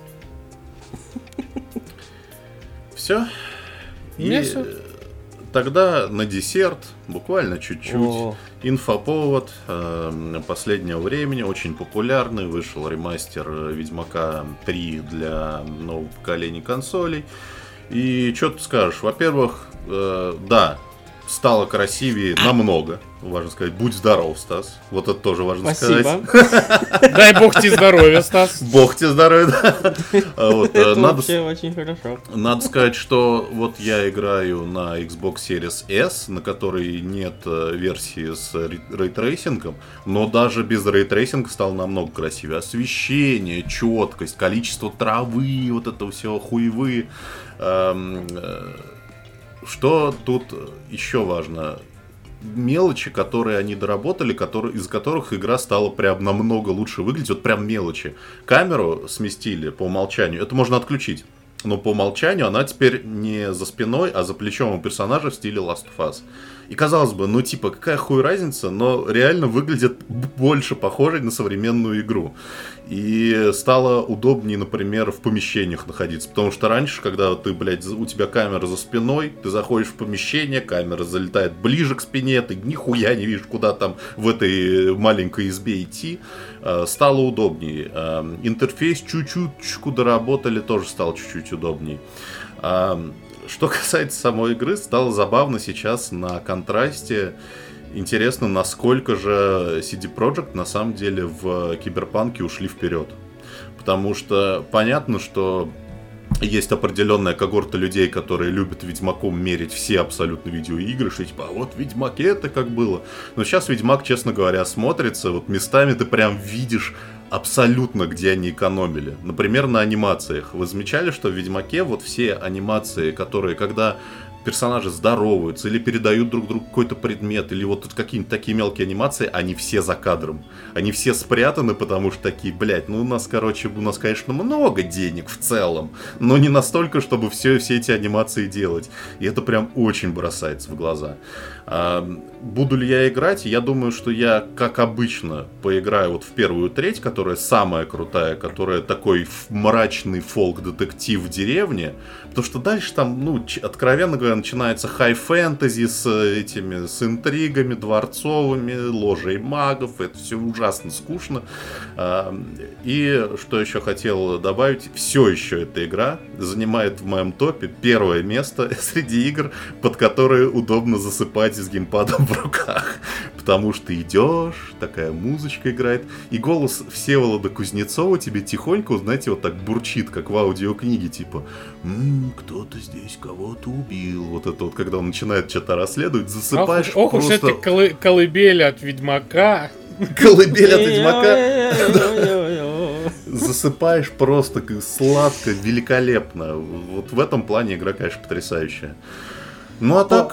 Все. И всё. Тогда на десерт, буквально чуть-чуть, О. инфоповод последнего времени, очень популярный, вышел ремастер Ведьмака 3 для нового поколения консолей. И что ты скажешь? Во-первых, да, стало красивее намного, важно сказать. Будь здоров, Стас. Вот это тоже важно сказать. Спасибо. Дай бог тебе здоровья, Стас. Бог тебе здоровья, да. Вот, Это вообще очень хорошо. надо сказать, что вот я играю на Xbox Series S, на которой нет версии с рейтрейсингом, но даже без рейтрейсинга стало намного красивее. Освещение, четкость, количество травы, вот это все хуевы. Что тут еще важно? Мелочи, которые они доработали, из которых игра стала прям намного лучше выглядеть. Вот прям мелочи. Камеру сместили по умолчанию. Это можно отключить. Но по умолчанию она теперь не за спиной, а за плечом у персонажа в стиле Last of Us. И казалось бы, ну типа, какая хуй разница, но реально выглядит больше похожей на современную игру. И стало удобнее, например, в помещениях находиться. Потому что раньше, когда ты, блядь, у тебя камера за спиной, ты заходишь в помещение, камера залетает ближе к спине, ты нихуя не видишь, куда там в этой маленькой избе идти. Стало удобнее. Интерфейс чуть-чуть доработали, тоже стал чуть-чуть удобнее. Что касается самой игры, стало забавно сейчас на контрасте. Интересно, насколько же CD Projekt на самом деле в Киберпанке ушли вперед. Потому что понятно, что есть определенная когорта людей, которые любят Ведьмаком мерить все абсолютно видеоигры, что типа, а вот в Ведьмаке это как было. Но сейчас Ведьмак, честно говоря, смотрится, вот местами ты прям видишь абсолютно, где они экономили. Например, на анимациях. Вы замечали, что в Ведьмаке вот все анимации, которые, когда персонажи здороваются или передают друг другу какой-то предмет, или вот тут какие-нибудь такие мелкие анимации, они все за кадром. Они все спрятаны, потому что такие, блядь, ну у нас, конечно, много денег в целом, но не настолько, чтобы все эти анимации делать. И это прям очень бросается в глаза. Буду ли я играть? Я думаю, что я, как обычно, поиграю вот в первую треть, которая самая крутая, которая такой мрачный фолк-детектив в деревне. Потому что дальше там, ну, откровенно говоря, начинается хай-фэнтези с интригами дворцовыми, ложей магов. Это все ужасно скучно. И что еще хотел добавить, все еще эта игра занимает в моем топе первое место среди игр, под которые удобно засыпать с геймпадом в руках. потому что идешь, такая музычка играет, и голос Всеволода Кузнецова тебе тихонько, знаете, вот так бурчит, как в аудиокниге, типа кто-то здесь кого-то убил. Вот это вот, когда он начинает что-то расследовать, засыпаешь ох уж просто... это колыбель от Ведьмака. Колыбель от Ведьмака. Засыпаешь просто сладко, великолепно. Вот в этом плане игра, конечно, потрясающая. Ну а так,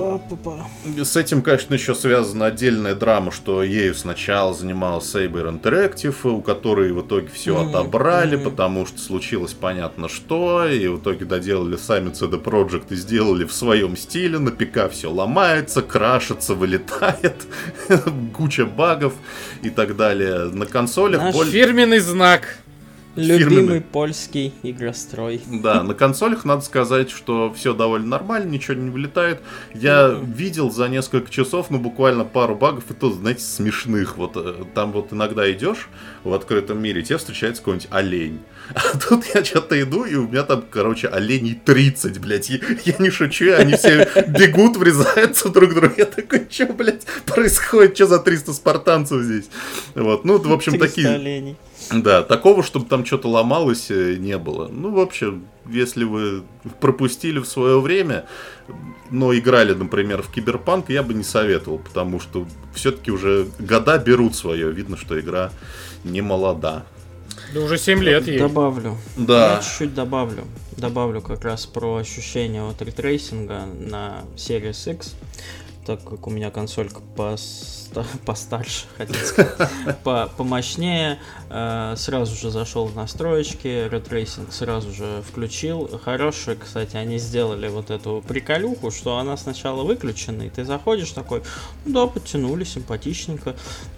с этим, конечно, еще связана отдельная драма, что ею сначала занималась Saber Interactive, у которой в итоге все отобрали, потому что случилось понятно что, и в итоге доделали сами CD Projekt и сделали в своем стиле, на ПК все ломается, крашится, вылетает, куча багов и так далее. На консолях... Наш фирменный знак. Любимый польский игрострой. Да, на консолях надо сказать, что все довольно нормально, ничего не вылетает. Я видел за несколько часов, буквально пару багов, и то, знаете, смешных. Вот там вот иногда идешь в открытом мире, тебе встречается какой-нибудь олень. А тут я что-то иду, и у меня там, оленей 30, блядь. Я не шучу, они все бегут, врезаются друг в друга. Я такой, что, блядь, происходит? Что за 300 спартанцев здесь? Вот, в общем, такие... оленей. Да, такого, чтобы там что-то ломалось, не было. В общем, если вы пропустили в свое время, но играли, например, в Киберпанк, я бы не советовал, потому что все-таки уже года берут свое. Видно, что игра не молода. Да уже 7 лет ей. Добавлю. Да. Я чуть-чуть добавлю. Добавлю как раз про ощущения от ретрейсинга на Series X. Так как у меня консолька постарше, хотел сказать, помощнее, сразу же зашел в настройки, ретрейсинг сразу же включил. Хорошие, кстати, они сделали вот эту приколюху, что она сначала выключена, и ты заходишь такой, подтянули, симпатичненько.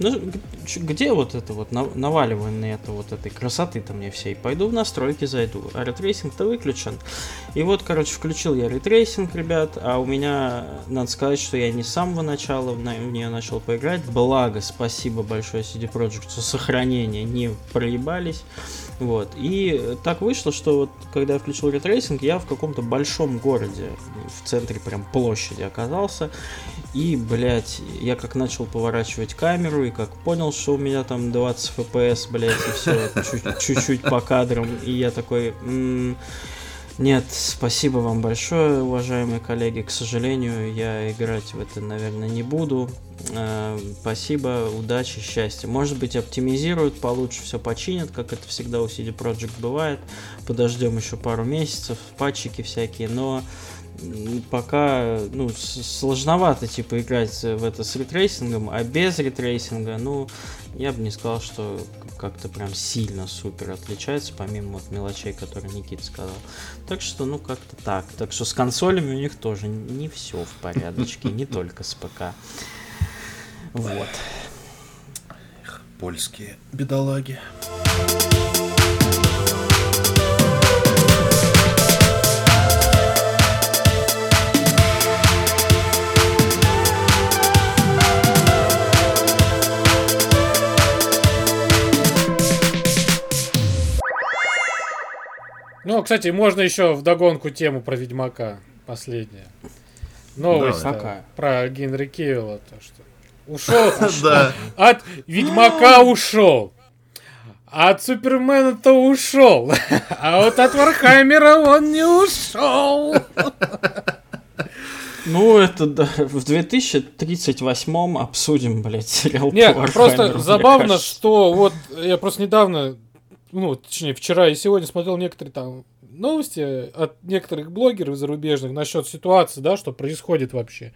Где вот это вот наваливание вот этой красоты-то мне всей? Пойду в настройки зайду, а ретрейсинг-то выключен. И вот, включил я ретрейсинг, ребят, а у меня, надо сказать, что я не с самого начала в нее начал поиграть. Благо, спасибо большое CD Projekt за сохранение, не проебались. Вот. И так вышло, что вот когда я включил ретрейсинг, я в каком-то большом городе, в центре прям площади оказался. И, блядь, я как начал поворачивать камеру, и как понял, что у меня там 20 FPS, блядь, и все чуть-чуть по кадрам. И я такой... Нет, спасибо вам большое, уважаемые коллеги. К сожалению, я играть в это, наверное, не буду. Спасибо, удачи, счастья. Может быть, оптимизируют получше, все починят, как это всегда у CD Projekt бывает. Подождем еще пару месяцев, патчики всякие, но пока сложновато играть в это с ретрейсингом, а без ретрейсинга, я бы не сказал, что как-то прям сильно супер отличается, помимо мелочей, которые Никита сказал. Так что, как-то так. Так что с консолями у них тоже не все в порядочке, не только с ПК. Вот. Польские бедолаги. Кстати, можно еще вдогонку тему про Ведьмака. Последняя. Новость про Генри Кевилла. То, что ушел. От Ведьмака ушел. От Супермена-то ушел. А вот от Вархаммера он не ушел. Это да, в 2038 обсудим, блядь, сериал Нет, по просто забавно, что вот я просто недавно, точнее вчера и сегодня смотрел некоторые там новости от некоторых блогеров зарубежных насчет ситуации, да, что происходит вообще.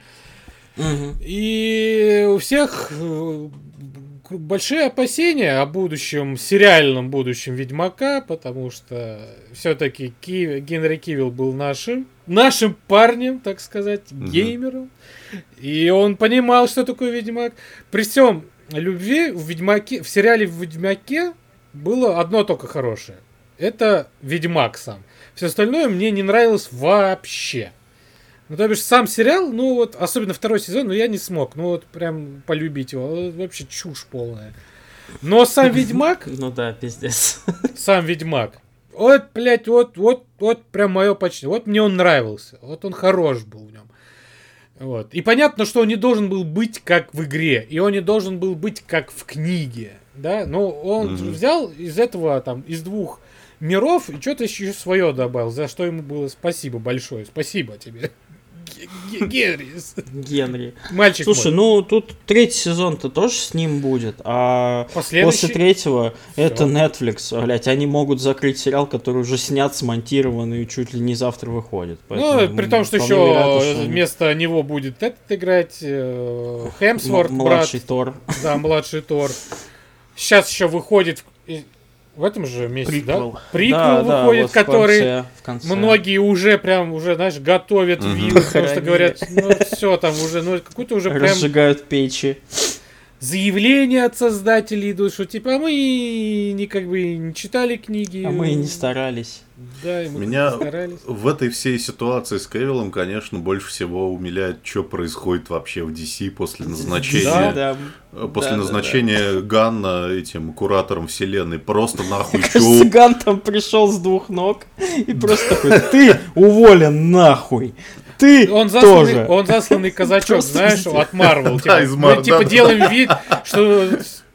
И у всех большие опасения о будущем, сериальном будущем Ведьмака, потому что все-таки Генри Кевилл был нашим парнем, так сказать, геймером. И он понимал, что такое Ведьмак. При всем любви в сериале «Ведьмаке» было одно только хорошее. Это Ведьмак сам. Все остальное мне не нравилось вообще. То бишь, сам сериал, особенно второй сезон, я не смог, прям полюбить его. Вообще чушь полная. Но сам Ведьмак... пиздец. Сам Ведьмак. Блядь, прям мое почти. Мне он нравился. Он хорош был в нем. Вот. И понятно, что он не должен был быть как в игре, и он не должен был быть как в книге, да, но он взял из этого, там, из 2 миров и что-то еще свое добавил, за что ему было спасибо большое, спасибо тебе. Генри. Мальчик Слушай, мой. тут 3-й сезон-то тоже с ним будет, а после 3-го это Netflix. Блять, они могут закрыть сериал, который уже снят, смонтирован и чуть ли не завтра выходит. Поэтому, при том, что еще вместо него будет этот играть Хемсворт, младший брат. Тор. Да, младший Тор. Сейчас еще выходит в этом же месяце, приквел. Приквел выходит, вот который в конце. Многие уже прям, знаешь, готовят вилы, потому что говорят, ну все, там уже, ну какой-то уже прям... Разжигают печи. Заявления от создателей идут, что типа мы не читали книги. А мы и не старались. Да, и мы Меня не старались. В этой всей ситуации с Кевиллом, конечно, больше всего умиляет, что происходит вообще в DC после назначения. После назначения Ганна этим куратором вселенной. Просто нахуй чё. Ган там пришел с 2 ног и просто такой: ты уволен нахуй. Ты тоже. Он засланный казачок, знаешь, от Марвел. Да, из Марвел. Мы типа делаем вид, что...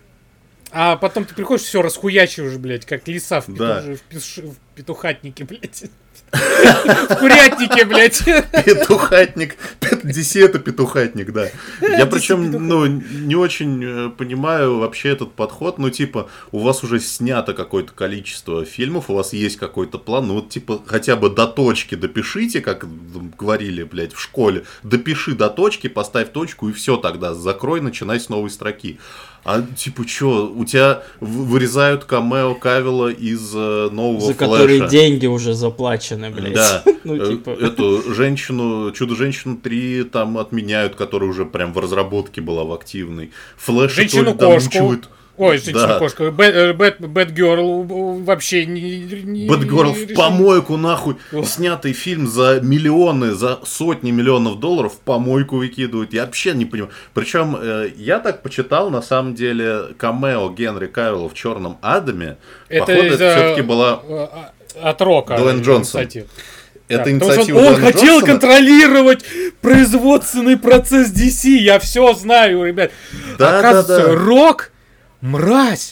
А потом ты приходишь, все расхуячиваешь, блядь, как лиса в петухатнике, блядь. В курятнике, блядь. Петухатник. DC это петухатник, да. Я причем, не очень понимаю вообще этот подход. Ну, типа, у вас уже снято какое-то количество фильмов, у вас есть какой-то план. Ну, вот, типа, хотя бы до точки допишите, как говорили, блядь, в школе. Допиши до точки, поставь точку и все тогда. Закрой, начинай с новой строки. А типа что, у тебя вырезают камео Кавилла из нового за Флэша. которые деньги уже заплачены, блядь. Да, типа... эту женщину, Чудо-женщину 3 там отменяют, которая уже прям в разработке была в активной. Флэш Женщину-кошку. Ой, женщина-кошка. Бэтгерл вообще не... Бэтгерл в помойку, нахуй. Снятый фильм за миллионы, за сотни миллионов долларов в помойку выкидывают. Я вообще не понимаю. Причем, я так почитал, на самом деле, камео Генри Кавилла в «Черном Адаме». Походу, это все-таки была... От Рока. Дуэйн Джонсон. Это инициатива он хотел контролировать производственный процесс DC. Я все знаю, ребят. Да, оказывается, Рок... Мразь!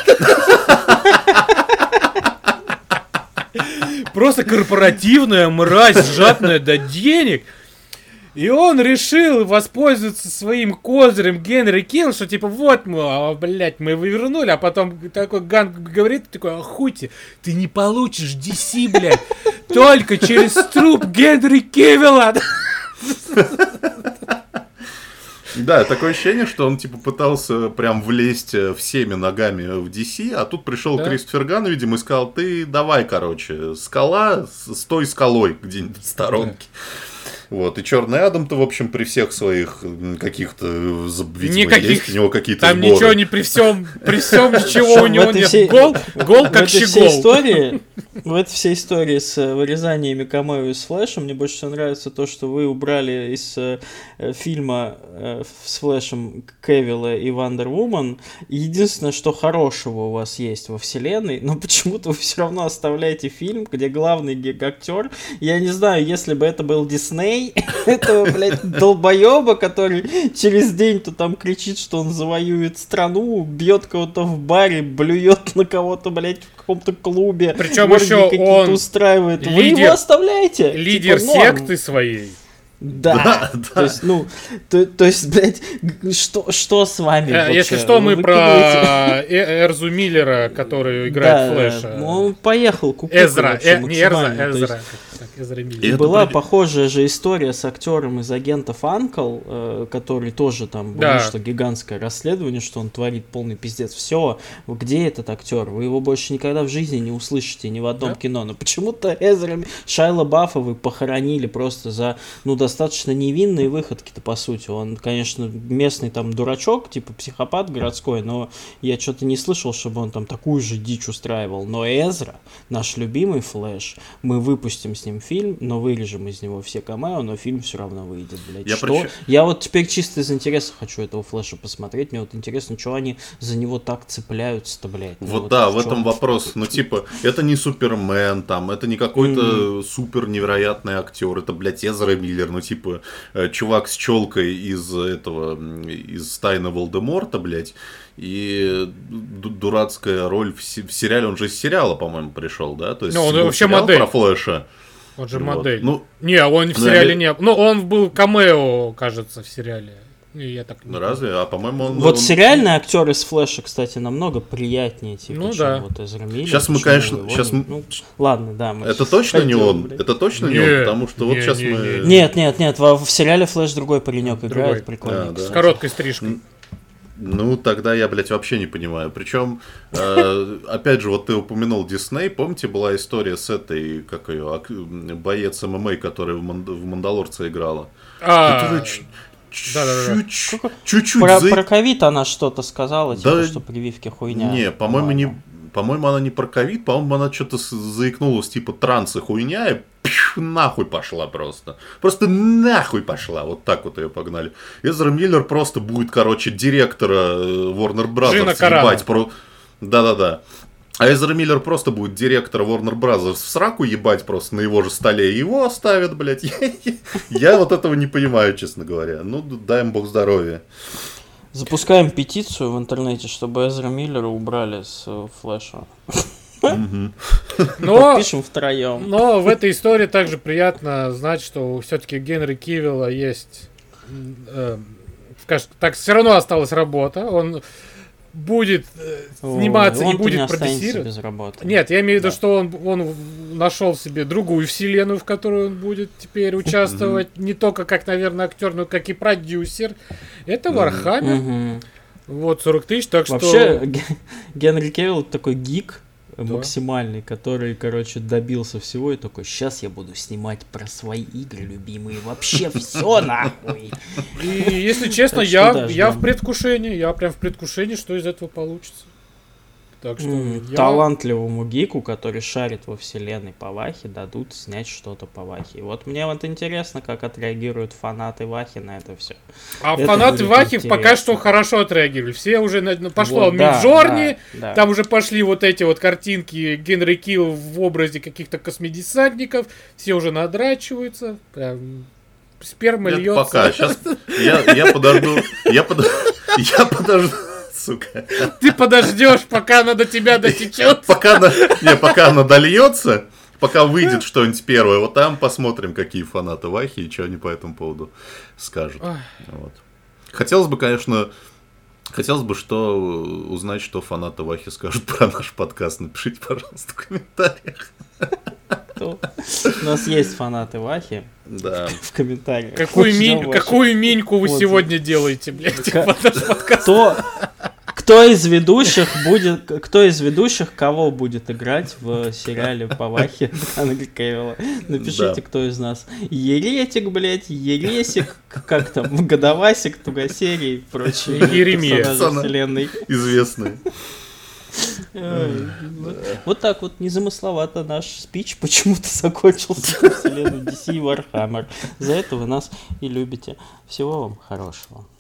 Просто корпоративная мразь, жадная до денег. И он решил воспользоваться своим козырем Генри Килл, что типа вот мы, блядь, мы его вернули, а потом такой Ган говорит, такой: охуйте, ты не получишь DC, блядь, только через труп Генри Кевилла. Да, такое ощущение, что он типа пытался прям влезть всеми ногами в DC, а тут пришел Кристофер Ганн, видимо, и сказал: ты давай, короче, скала, стой скалой где-нибудь в сторонке. Вот, и Черный Адам-то, в общем, при всех своих каких-то, видимо, есть у него какие-то там сборы. Ничего не при всем ничего у него нет. Гол как щегол. В этой всей истории с вырезаниями камео и с Флэшем мне больше всего нравится то, что вы убрали из фильма с Флэшем Кевилла и Вандер-Вумен. Единственное, что хорошего у вас есть во вселенной, но почему-то вы все равно оставляете фильм, где главный актер, я не знаю, если бы это был Дисней, этого, блядь, долбоеба, который через день-то там кричит, что он завоюет страну, бьет кого-то в баре, блюет на кого-то, блядь, в каком-то клубе. Причем еще он устраивает. Вы его оставляете. Лидер типа, секты своей. Да. То есть, то есть, блядь, что с вами вообще? Если что, мы про Эрзу Миллера, который играет Флэша. Он поехал кукуха. Эзра, не Эрза, Эзра Миллер. Была похожая же история с актером из агентов Анкл, который тоже там вышло гигантское расследование, что он творит полный пиздец. Все, где этот актер? Вы его больше никогда в жизни не услышите ни в одном кино. Но почему-то Шайла Баффа вы похоронили просто за, достаточно невинные выходки-то, по сути. Он, конечно, местный там дурачок, типа психопат городской, но я что-то не слышал, чтобы он там такую же дичь устраивал. Но Эзра, наш любимый Флэш, мы выпустим с ним фильм, но вырежем из него все камео, но фильм все равно выйдет, блядь. Я вот теперь чисто из интереса хочу этого Флэша посмотреть. Мне вот интересно, что они за него так цепляются-то, блядь. Вот да, в этом вопрос. Ну, типа, это не Супермен, там, это не какой-то супер невероятный актер, это, блядь, Эзра Миллер. ну, типа, чувак с челкой из Тайны Волдеморта, блядь, и дурацкая роль в сериале, он же из сериала, по-моему, пришел, да? То есть, он вообще модель. Про Флэша. Он же Вот. модель. Ну, не, он в сериале не... Ну, он был камео, кажется, в сериале. Я так не разве? А, по-моему, он... Вот сериальный актер из Флэша, кстати, намного приятнее, типа, ну, чем да. вот Эзра Миллер. Сейчас мы, конечно... Ну, ладно, да. Мы это точно не он? блядь. Это точно не он? Потому что вот сейчас мы... Нет, в сериале Флэш другой паренек играет, прикольно. Да. С короткой стрижкой. Ну, тогда я, блядь, вообще не понимаю. Причем, опять же, вот ты упомянул Дисней. Помните, была история с этой, как ее, боец ММА, которая в «Мандалорце» играла? Которая чуть-чуть... Про ковид она что-то сказала, типа, что прививки хуйня. Не, по-моему, она не про ковид, по-моему, она что-то заикнулась, типа, транс и хуйня, и нахуй пошла просто. Просто нахуй пошла. Вот так вот ее погнали. Эзра Миллер просто будет, короче, директора Warner Brothers ебать. Да-да-да. А Эзра Миллер просто будет директора Warner Brothers в сраку ебать просто на его же столе. И его оставят, блядь. Я вот этого не понимаю, честно говоря. Ну, дай им бог здоровья. Запускаем петицию в интернете, чтобы Эзра Миллера убрали с Флэша. Подпишем втроем. Но в этой истории также приятно знать, что все-таки у Генри Кивилла есть... так, все равно осталась работа. Он будет сниматься и будет продюсировать. Без работы. Нет, я имею в виду, что он нашел себе другую вселенную, в которой он будет теперь участвовать. Не только как, наверное, актер, но как и продюсер. Это Вархаммер. Вот, 40 тысяч, так что... Вообще, Генри Кевилл такой гик максимальный, который, короче, добился всего и такой, сейчас я буду снимать про свои игры любимые, вообще все нахуй. И, если честно, я в предвкушении, я прям в предвкушении, что из этого получится. Так что талантливому гику, который шарит во вселенной по Вахе, дадут снять что-то по Вахе. И вот мне вот интересно, как отреагируют фанаты Вахи на это все. А фанаты Вахи пока что хорошо отреагировали. Все уже пошло вот, Миджорни, там уже пошли вот эти вот картинки Генри Кивилл в образе каких-то космодесантников, все уже надрачиваются, прям сперма льется. Пока, сейчас я подожду. Сука. Ты подождешь, пока она до тебя дотечет. Пока она дольется, пока выйдет что-нибудь первое, вот там посмотрим, какие фанаты Вахи и что они по этому поводу скажут. Вот. Хотелось бы, конечно, узнать, что фанаты Вахи скажут про наш подкаст. Напишите, пожалуйста, в комментариях. У нас есть фанаты Вахи. Да. В комментариях. Какую миньку вы сегодня делаете, блядь, под наш подкаст? Кто из ведущих кого будет играть в сериале по Вахе Генри Кевилла? Напишите, кто из нас. Еретик, блядь, Ересик, как там, Годовасик, Тугосерий и прочие персонажи вселенной. Известные. Вот так вот незамысловато наш спич почему-то закончился во вселенной DC и Warhammer. За это вы нас и любите. Всего вам хорошего.